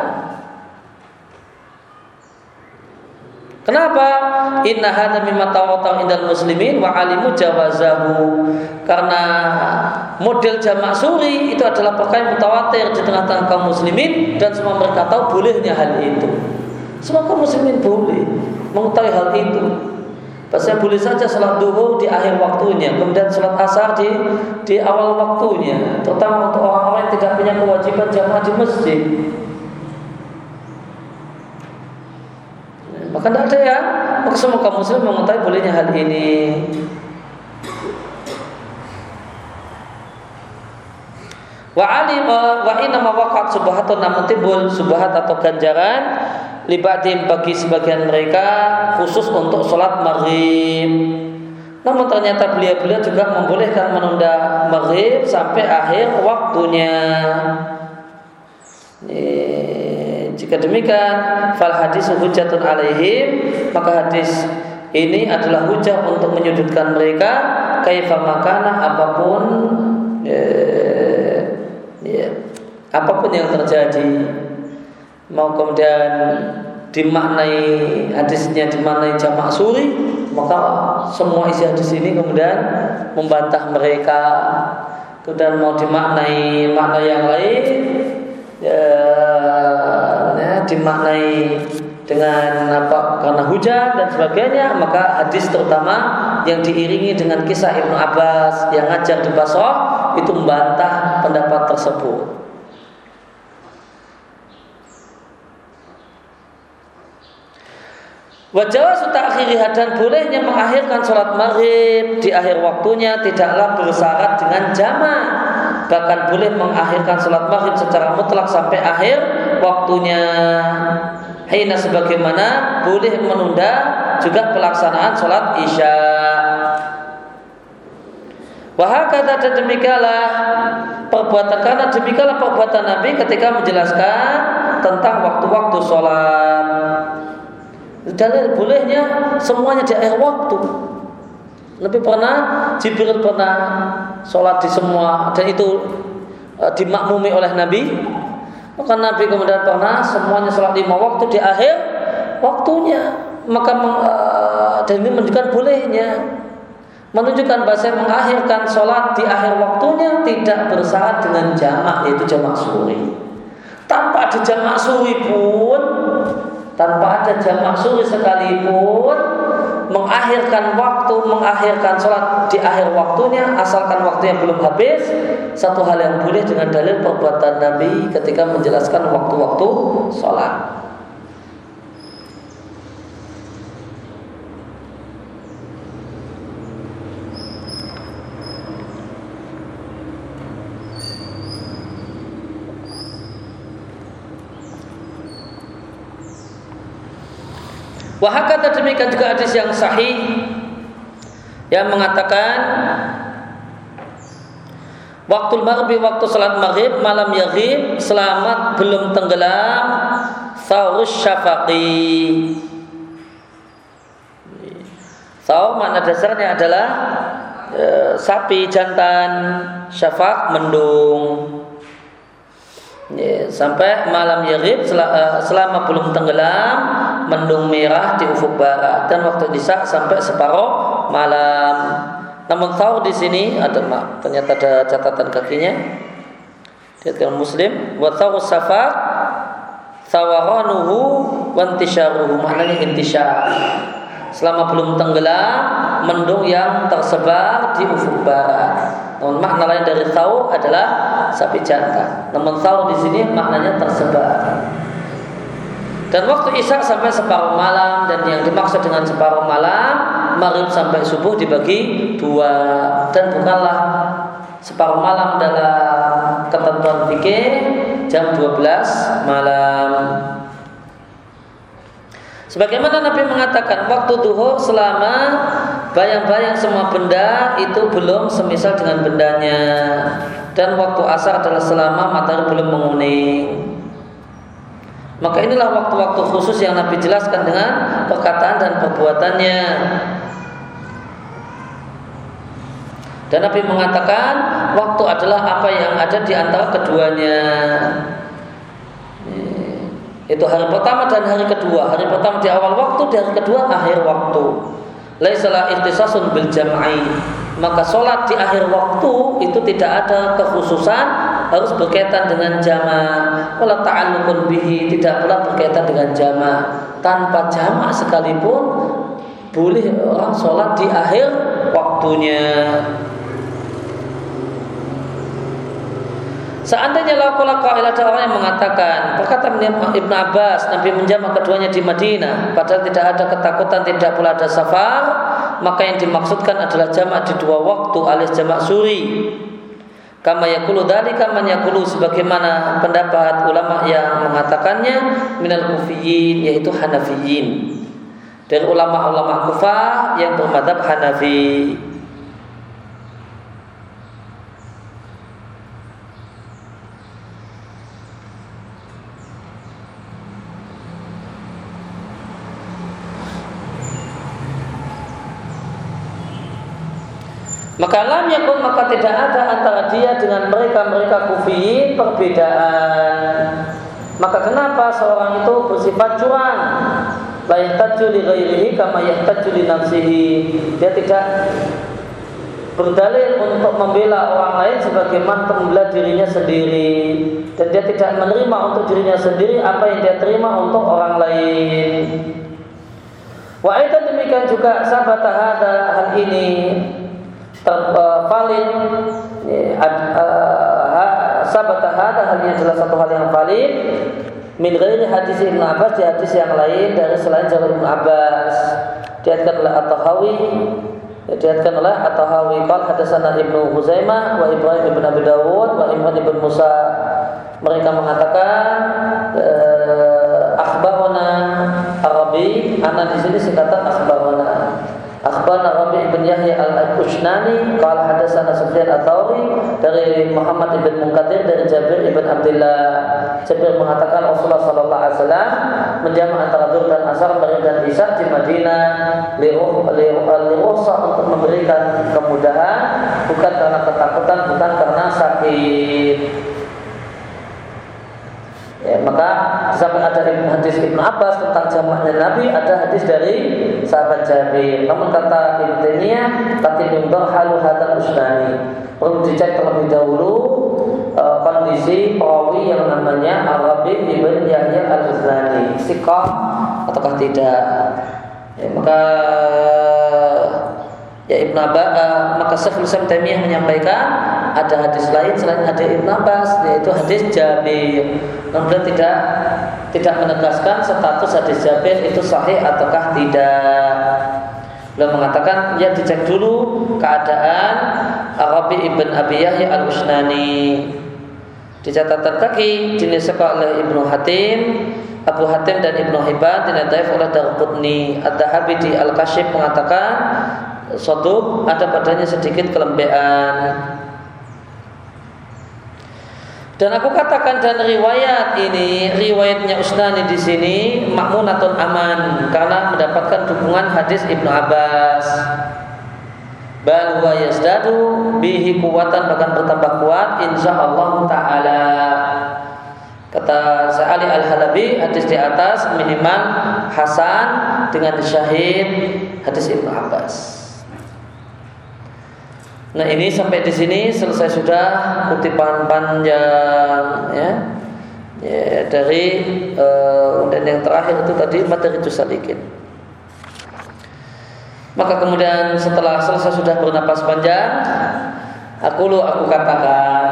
Speaker 1: Kenapa? Inna hadza mimma tawata'u indal muslimin wa alimu jawazahu. Karena model jamak suri itu adalah perkara yang mutawatir di tengah-tengah kaum muslimin dan semua mereka tahu bolehnya hal itu. Semua kaum muslimin boleh mengetahui hal itu. Bahasanya boleh saja salat zuhur di akhir waktunya, kemudian salat asar di awal waktunya, terutama untuk orang-orang yang tidak punya kewajiban jamaah di masjid. Maka tidak ada yang maka semua kaum muslim mengetahui bolehnya hal ini. Wa inama waqat subhatun, namun timbul subhat atau ganjaran libatin bagi sebagian mereka khusus untuk sholat maghrib. Namun ternyata beliau juga membolehkan menunda maghrib sampai akhir waktunya. Jika demikian, fal hadis hujjatun alaihim, maka hadis ini adalah hujah untuk menyudutkan mereka kaifa makana, apapun yang terjadi, mau kemudian dimaknai hadisnya dimaknai jamak suri, maka semua isi hadis ini kemudian membantah mereka. Kemudian mau dimaknai makna yang lain, dimaknai dengan karena hujan dan sebagainya, maka hadis terutama yang diiringi dengan kisah Ibnu Abbas yang ngajar di Basrah itu membantah pendapat tersebut. Wajah ta'khiriha, dan bolehnya mengakhirkan sholat maghrib di akhir waktunya tidaklah bersyarat dengan jamak. Bahkan boleh mengakhirkan sholat maghrib secara mutlak sampai akhir waktunya. Hina, sebagaimana boleh menunda juga pelaksanaan sholat isya. Wahakata, dan demikianlah perbuatan Nabi ketika menjelaskan tentang waktu-waktu sholat. Dalil bolehnya semuanya di akhir waktu. Lebih Jibril pernah sholat di semua, dan itu dimakmumi oleh Nabi. Maka Nabi kemudian pernah semuanya sholat 5 waktu di akhir waktunya. Maka dan ini menunjukkan bolehnya, menunjukkan bahasa mengakhirkan sholat di akhir waktunya tidak bersyarat dengan jamak, yaitu jamak suri. Tanpa ada jamak suri pun, tanpa ada jamak suri sekalipun, mengakhirkan sholat di akhir waktunya, asalkan waktunya belum habis, satu hal yang boleh dengan dalil perbuatan Nabi ketika menjelaskan waktu-waktu sholat. Wahakata, demikian juga hadis yang sahih yang mengatakan waktu maghrib, waktu salat maghrib, malam yaghib, selamat belum tenggelam thaurus syafaqi. Thaur makna dasarnya adalah sapi jantan, syafaq mendung. Sampai malam yaghib, selama belum tenggelam mendung merah di ufuk barat, dan waktu isya sampai separuh malam. Namun thaur di sini ternyata ada catatan kakinya. Dikatakan Muslim, wa thaurus safaq thawaranuhu wa intisharuhu, maknanya intisyar. Selama belum tenggelam mendung yang tersebar di ufuk barat. Namun makna lain dari thaur adalah sapi jantan. Namun thaur di sini maknanya tersebar. Dan waktu isya sampai separuh malam, dan yang dimaksud dengan separuh malam maghrib sampai subuh dibagi 2, dan bukanlah separuh malam dalam ketentuan fikih jam 12 malam. Sebagaimana Nabi mengatakan waktu duhur selama bayang-bayang semua benda itu belum semisal dengan bendanya, dan waktu asar adalah selama matahari belum menguning. Maka inilah waktu-waktu khusus yang Nabi jelaskan dengan perkataan dan perbuatannya. Dan Nabi mengatakan waktu adalah apa yang ada di antara keduanya. Itu hari pertama dan hari kedua. Hari pertama di awal waktu, di hari kedua akhir waktu. Laisalah ikhtisasun bil jam'i. Maka sholat di akhir waktu itu tidak ada kekhususan harus berkaitan dengan jama', wala ta'alluqun bihi, tidak pula berkaitan dengan jama'. Tanpa jama' sekalipun boleh orang sholat di akhir waktunya. Seandainya lakukan ada orang yang mengatakan perkataan Ibnu Abbas, Nabi menjamak keduanya di Madinah, padahal tidak ada ketakutan, tidak pula ada safar, maka yang dimaksudkan adalah jamak di dua waktu alias jamak suri. Kama yaqulu dzalika man yaqulu, sebagaimana pendapat ulama yang mengatakannya minal Kufiyyin, yaitu Hanafiyin, dari ulama-ulama Kufah yang bermadzhab Hanafi. Maka lam yakun, maka tidak ada antara dia dengan mereka kufiyin perbedaan. Maka kenapa seorang itu bersifat curang? La yahtaju li ghairihi kama yahtaju li nafsihi. Dia tidak berdalil untuk membela orang lain sebagaimana membela dirinya sendiri, dan dia tidak menerima untuk dirinya sendiri apa yang dia terima untuk orang lain. Wa aidan, demikian juga sahabat hal ini valid, sahabat hal ini adalah satu hal yang valid min ghairi hadis Ibnu Abbas, di hadis yang lain dari selain Jabir Ibnu Abbas. Diatkan oleh At-Tahawi qala hadatsana Ibnu Huzaimah wa Ibrahim ibn Abi Dawud wa Imran ibn Musa. Mereka mengatakan akhbarana Arabi, ana di sini singkatan akhbarana. Akhbarana Rabi' bin Yahya al-Kushnani qala hadatsana Sufyan ats-Tsauri dari Muhammad ibn Munkadir dari Jabir ibn Abdullah. Jabir mengatakan Rasulullah sallallahu alaihi wasallam menjamak antara Zuhr dan Asar, Maghrib dan Isya di Madinah liruhsah, untuk memberikan kemudahan, bukan karena ketakutan, bukan karena sakit. Ya, maka sampai ada hadis Ibnu Abbas tentang jamaknya Nabi, ada hadis dari sahabat Jabir. Namun kata Ibnu Taimiyah, tatimbar halu hadal usnani, perlu dicek terlebih dahulu kondisi perawi yang namanya Arabi ibn Yahya al-Uslani, siqah ataukah tidak. Ya, maka Ibnu Abbas, maka Syekhul Islam Taimiyah menyampaikan ada hadis lain selain hadis Ibnu Abbas, yaitu hadis Jabir. Namun tidak menegaskan status hadis Jabir itu sahih ataukah tidak. Beliau mengatakan ya dicek dulu keadaan Arabi ibn Abi Yahya al-Usnani. Di catatan kaki dinisbahkan oleh Ibnu Hatim, Abu Hatim dan Ibnu Hibban, dinadaif oleh Darqutni. Ad-Dahabi di Al-Kashif mengatakan Soduk, ada padanya sedikit kelembean. Dan aku katakan, dan riwayat ini, riwayatnya Usnani di sini makmunatun aman, karena mendapatkan dukungan hadis Ibnu Abbas. Bal huwa yazdadu bihi kuwatan, bahkan bertambah kuat insyaallah taala. Kata Sa'ali Al-Halabi, hadis di atas minimal hasan dengan syahid hadis Ibnu Abbas. Nah, ini sampai di sini selesai sudah kutipan panjang ya dari dan yang terakhir itu tadi Madarijus Salikin. Maka kemudian setelah selesai sudah bernapas panjang, aku katakan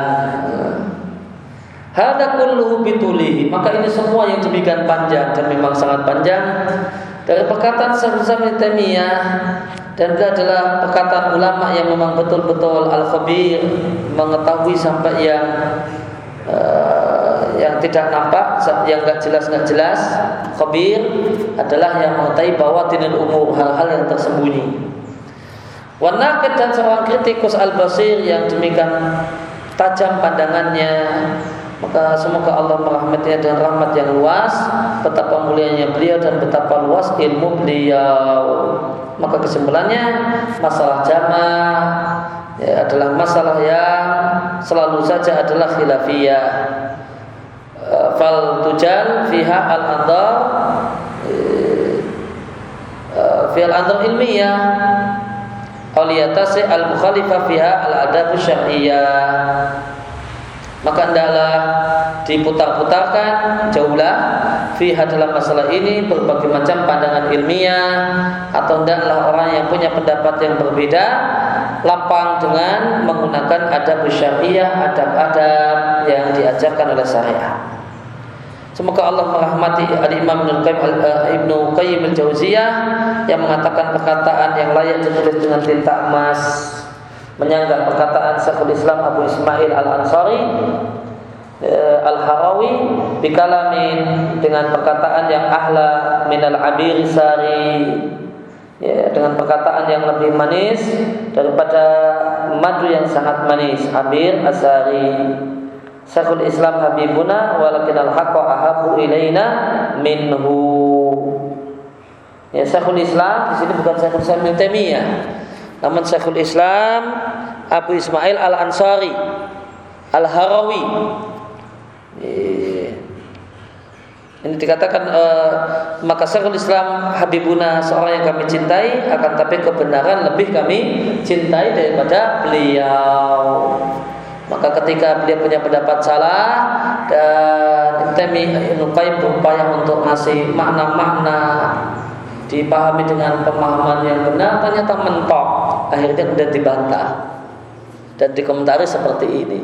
Speaker 1: hada kulluhu bitulihi, maka ini semua yang demikian panjang dan memang sangat panjang dari perkataan Syekhul Islam Ibnu Taimiyah. Dan itu adalah perkataan ulama yang memang betul-betul al-khabir, mengetahui sampai yang tidak nampak, yang enggak jelas. Khabir adalah yang mengetahui bahwa dinul umur, hal-hal yang tersembunyi. Wa naqid, dan seorang kritikus al-basir yang demikian tajam pandangannya. Maka semoga Allah merahmatinya dan rahmat yang luas, betapa mulianya beliau dan betapa luas ilmu beliau. Maka kesimpulannya, masalah jamak adalah masalah yang selalu saja adalah khilafiyah. Fal tujal fiha al-andar fi al-andar ilmiyah awliyatasi al-mukhalifah fiha al-adab syar'iyyah. Maka hendaklah diputar-putarkan jauhlah fiha dalam masalah ini berbagai macam pandangan ilmiah, atau hendaklah orang yang punya pendapat yang berbeda lapang dengan menggunakan adab syariah, adab-adab yang diajarkan oleh syariat. Semoga Allah merahmati Al-Imam Ibnu Qayyim Al-Jauziyah yang mengatakan perkataan yang layak ditulis dengan tinta emas, menyanggah perkataan Syekhul Islam Abu Ismail Al-Ansari Al-Harawi bikalamin, dengan perkataan yang ahla minal abir sari, ya, dengan perkataan yang lebih manis daripada madu yang sangat manis, abir asari. Syekhul Islam habibuna walakin al-haqqa ahabu ilaina minhu. Ya, Syekhul Islam di sini bukan Syekhul Islam Ibnu Taimiyah, namun Syekhul Islam Abu Ismail Al-Ansari Al-Harawi. Ini dikatakan maka Syekhul Islam habibuna, seorang yang kami cintai, akan tapi kebenaran lebih kami cintai daripada beliau. Maka ketika beliau punya pendapat salah dan Ibnu Qayyim berupaya untuk ngasih makna-makna dipahami dengan pemahaman yang benar, ternyata mentok, akhirnya kemudian dibantah dan dikomentari seperti ini.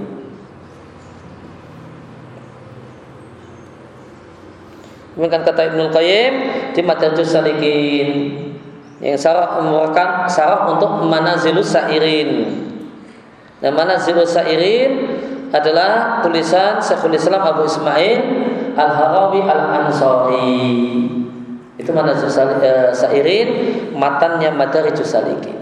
Speaker 1: Demikian kata Ibnu Qayyim di Madarijus Salikin, yang syarah merupakan syarah untuk Manazilus Sairin. Nah, Manazilus Sairin adalah tulisan Syekhul Islam Abu Ismail Al-Harawi Al-Ansari. Itu Manazilus Sairin, matannya Madarijus Salikin.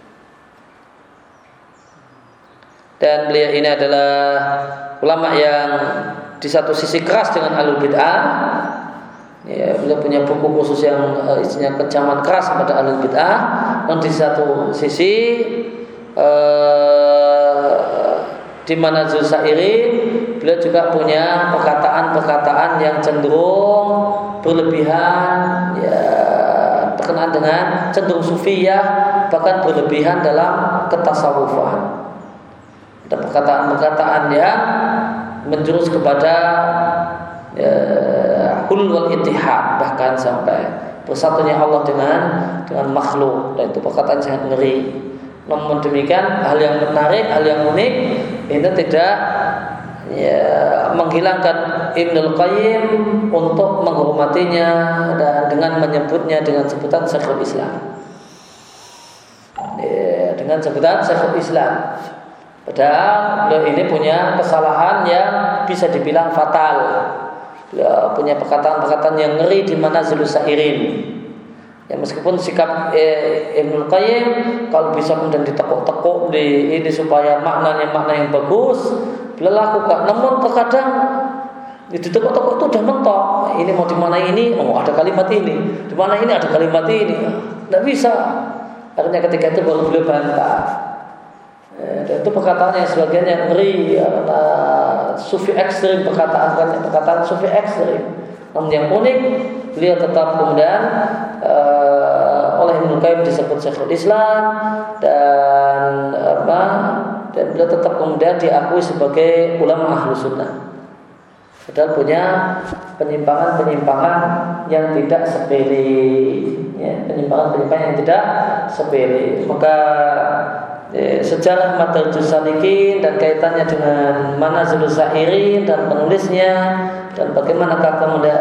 Speaker 1: Dan beliau ini adalah ulama yang di satu sisi keras dengan Ahlul Bid'ah. Ya, beliau punya buku khusus yang isinya kecaman keras pada Ahlul Bid'ah. Dan di satu sisi di Manazilus Sairin beliau juga punya perkataan-perkataan yang cenderung berlebihan, ya, berkenaan dengan cenderung sufiyah, bahkan berlebihan dalam ketasawufan. Ada perkataan-perkataan yang menjurus kepada hulul wal ittihad, bahkan sampai bersatunya Allah dengan makhluk, dan itu perkataan sangat ngeri. Namun demikian, hal yang menarik, hal yang unik itu tidak menghilangkan Ibnul Qayyim untuk menghormatinya dan dengan menyebutnya dengan sebutan Syekhul Islam. Dengan sebutan Syekhul Islam. Padahal beliau ini punya kesalahan yang bisa dibilang fatal. Beliau punya perkataan-perkataan yang ngeri di Manazilus Sairin. Ya, meskipun sikap Ibnu Qayyim kalau bisa kemudian ditekuk-tekuk di ini supaya maknanya makna yang bagus, beliau lakukan. Namun terkadang ditekuk-tekuk itu udah mentok. Ini mau di mana ini? Oh, ada kalimat ini. Di mana ini ada kalimat ini. Tidak bisa. Akhirnya ketika itu baru beliau bantah. Dan itu perkataan yang sebagian yang ngeri, karena sufi ekstrim, perkataan sufi ekstrim. Namun yang unik, beliau tetap kemudian oleh Ibnu Qayyim disebut Syekhul Islam, dan beliau tetap kemudian diakui sebagai ulama ahlu sunnah. Padahal punya penyimpangan-penyimpangan yang tidak sepele, ya, penyimpangan-penyimpangan yang tidak sepele. Maka sejarah Madarijus Salikin dan kaitannya dengan Manazilus Sairin dan penulisnya dan bagaimanakah kemudian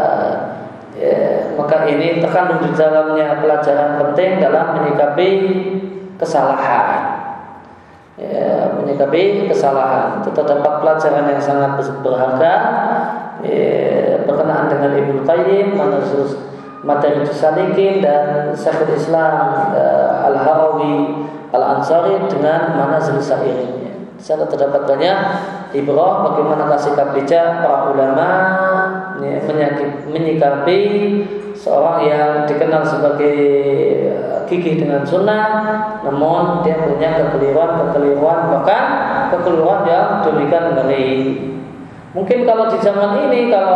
Speaker 1: maka ini terkandung di dalamnya pelajaran penting dalam menyikapi kesalahan. Menyikapi kesalahan itu terdapat pelajaran yang sangat berharga berkenaan dengan Ibnu Qayyim, Madarijus Salikin dan Syekhul Islam Al-Harawi Al-Ansari dengan Manazilus Sairinnya. Di sana terdapat banyak ibrah bagaimana sikap bijak para ulama menyikapi seorang yang dikenal sebagai gigih dengan sunnah, namun dia punya kekeliruan, bahkan kekeliruan yang demikian ngeri. Mungkin kalau di zaman ini, kalau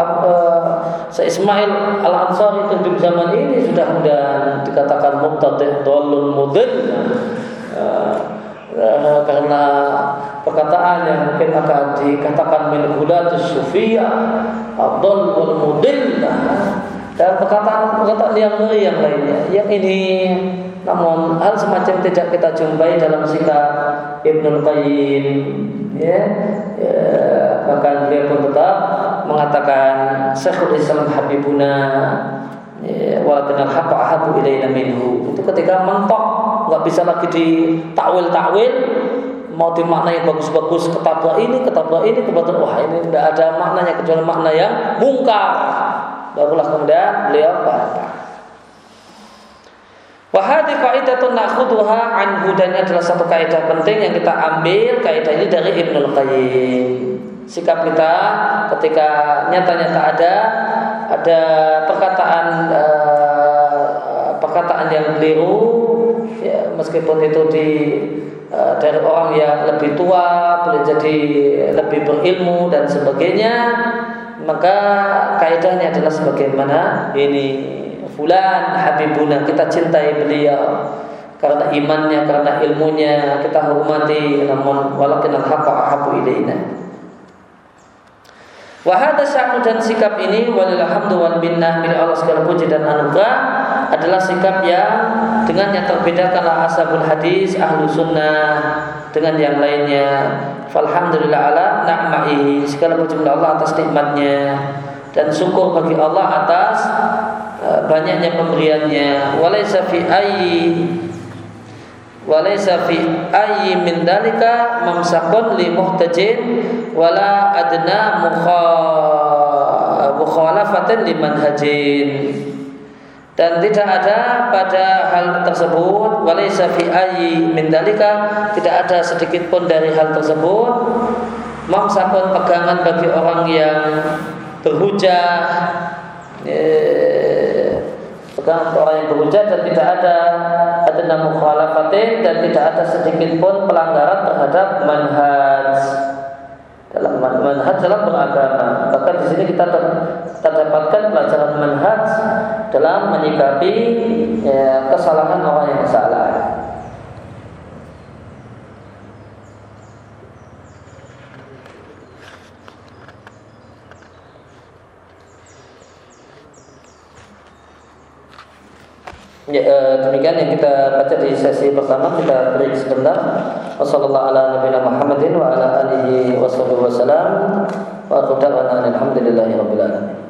Speaker 1: Ismail Al-Ansari itu di zaman ini sudah dikatakan mubtadi' dhalun mudhill, karena perkataan yang mungkin akan dikatakan min hulatus sufiyah dhal wal mudhill, dan perkataan yang ngeri yang lainnya. Yang ini namun hal semacam tidak kita jumpai dalam sikap Ibnu Qayyim. Bahkan beliau pun tetap mengatakan Syekhul Islam Habibuna walakin al-haqqa ahabbu ilaina minhu. Itu ketika mentok, nggak bisa lagi ditakwil-takwil, mau dimaknai bagus-bagus, ketabrak ini, wah ini tidak ada maknanya kecuali makna yang mungkar. Barulah kemudian beliau bantah. Wa hadhihi qaidatun na'khudhuha anhu, dan adalah satu kaidah penting yang kita ambil. Kaidah ini dari Ibnul Qayyim. Sikap kita ketika nyata-nyata ada perkataan yang keliru, ya, meskipun itu dari orang yang lebih tua, boleh jadi lebih berilmu dan sebagainya, maka kaidahnya adalah sebagaimana ini. Fulan habibuna, kita cintai beliau karena imannya, karena ilmunya, kita hormati, namun walakin al-haqqa ahabbu ilaina. Wa hadza sya'nu, dan sikap ini walillahil hamdu wal minnah, milik Allah segala puji dan anugerah, adalah sikap yang dengannya terbedakanlah ashabul hadis, ahlu sunnah dengan yang lainnya. Falhamdulillah ala na'ma'ihi, segala puji Allah atas nikmatnya, dan syukur bagi Allah atas banyaknya pemberiannya. Walaysa fi ayyi min dalika mamsakun li muhtajin wala adna mukhalafatin liman hajin. Dan tidak ada pada hal tersebut, walaysa fi ayyi min dalika, tidak ada sedikit pun dari hal tersebut, mamsakun pegangan bagi orang yang berhujah, pegangan orang yang berhujah, dan tidak ada adna mukhalafatin, dan tidak ada sedikit pun pelanggaran terhadap manhaj dalam beragama. Bahkan di sini kita dapatkan pelajaran manhaj dalam menyikapi kesalahan orang yang salah. Demikian yang kita baca di sesi pertama. Kita break sebentar. Wassallallahu ala nabiyina Muhammadin wa ala alihi wasallam wa aqulu alhamdulillahi rabbil alamin.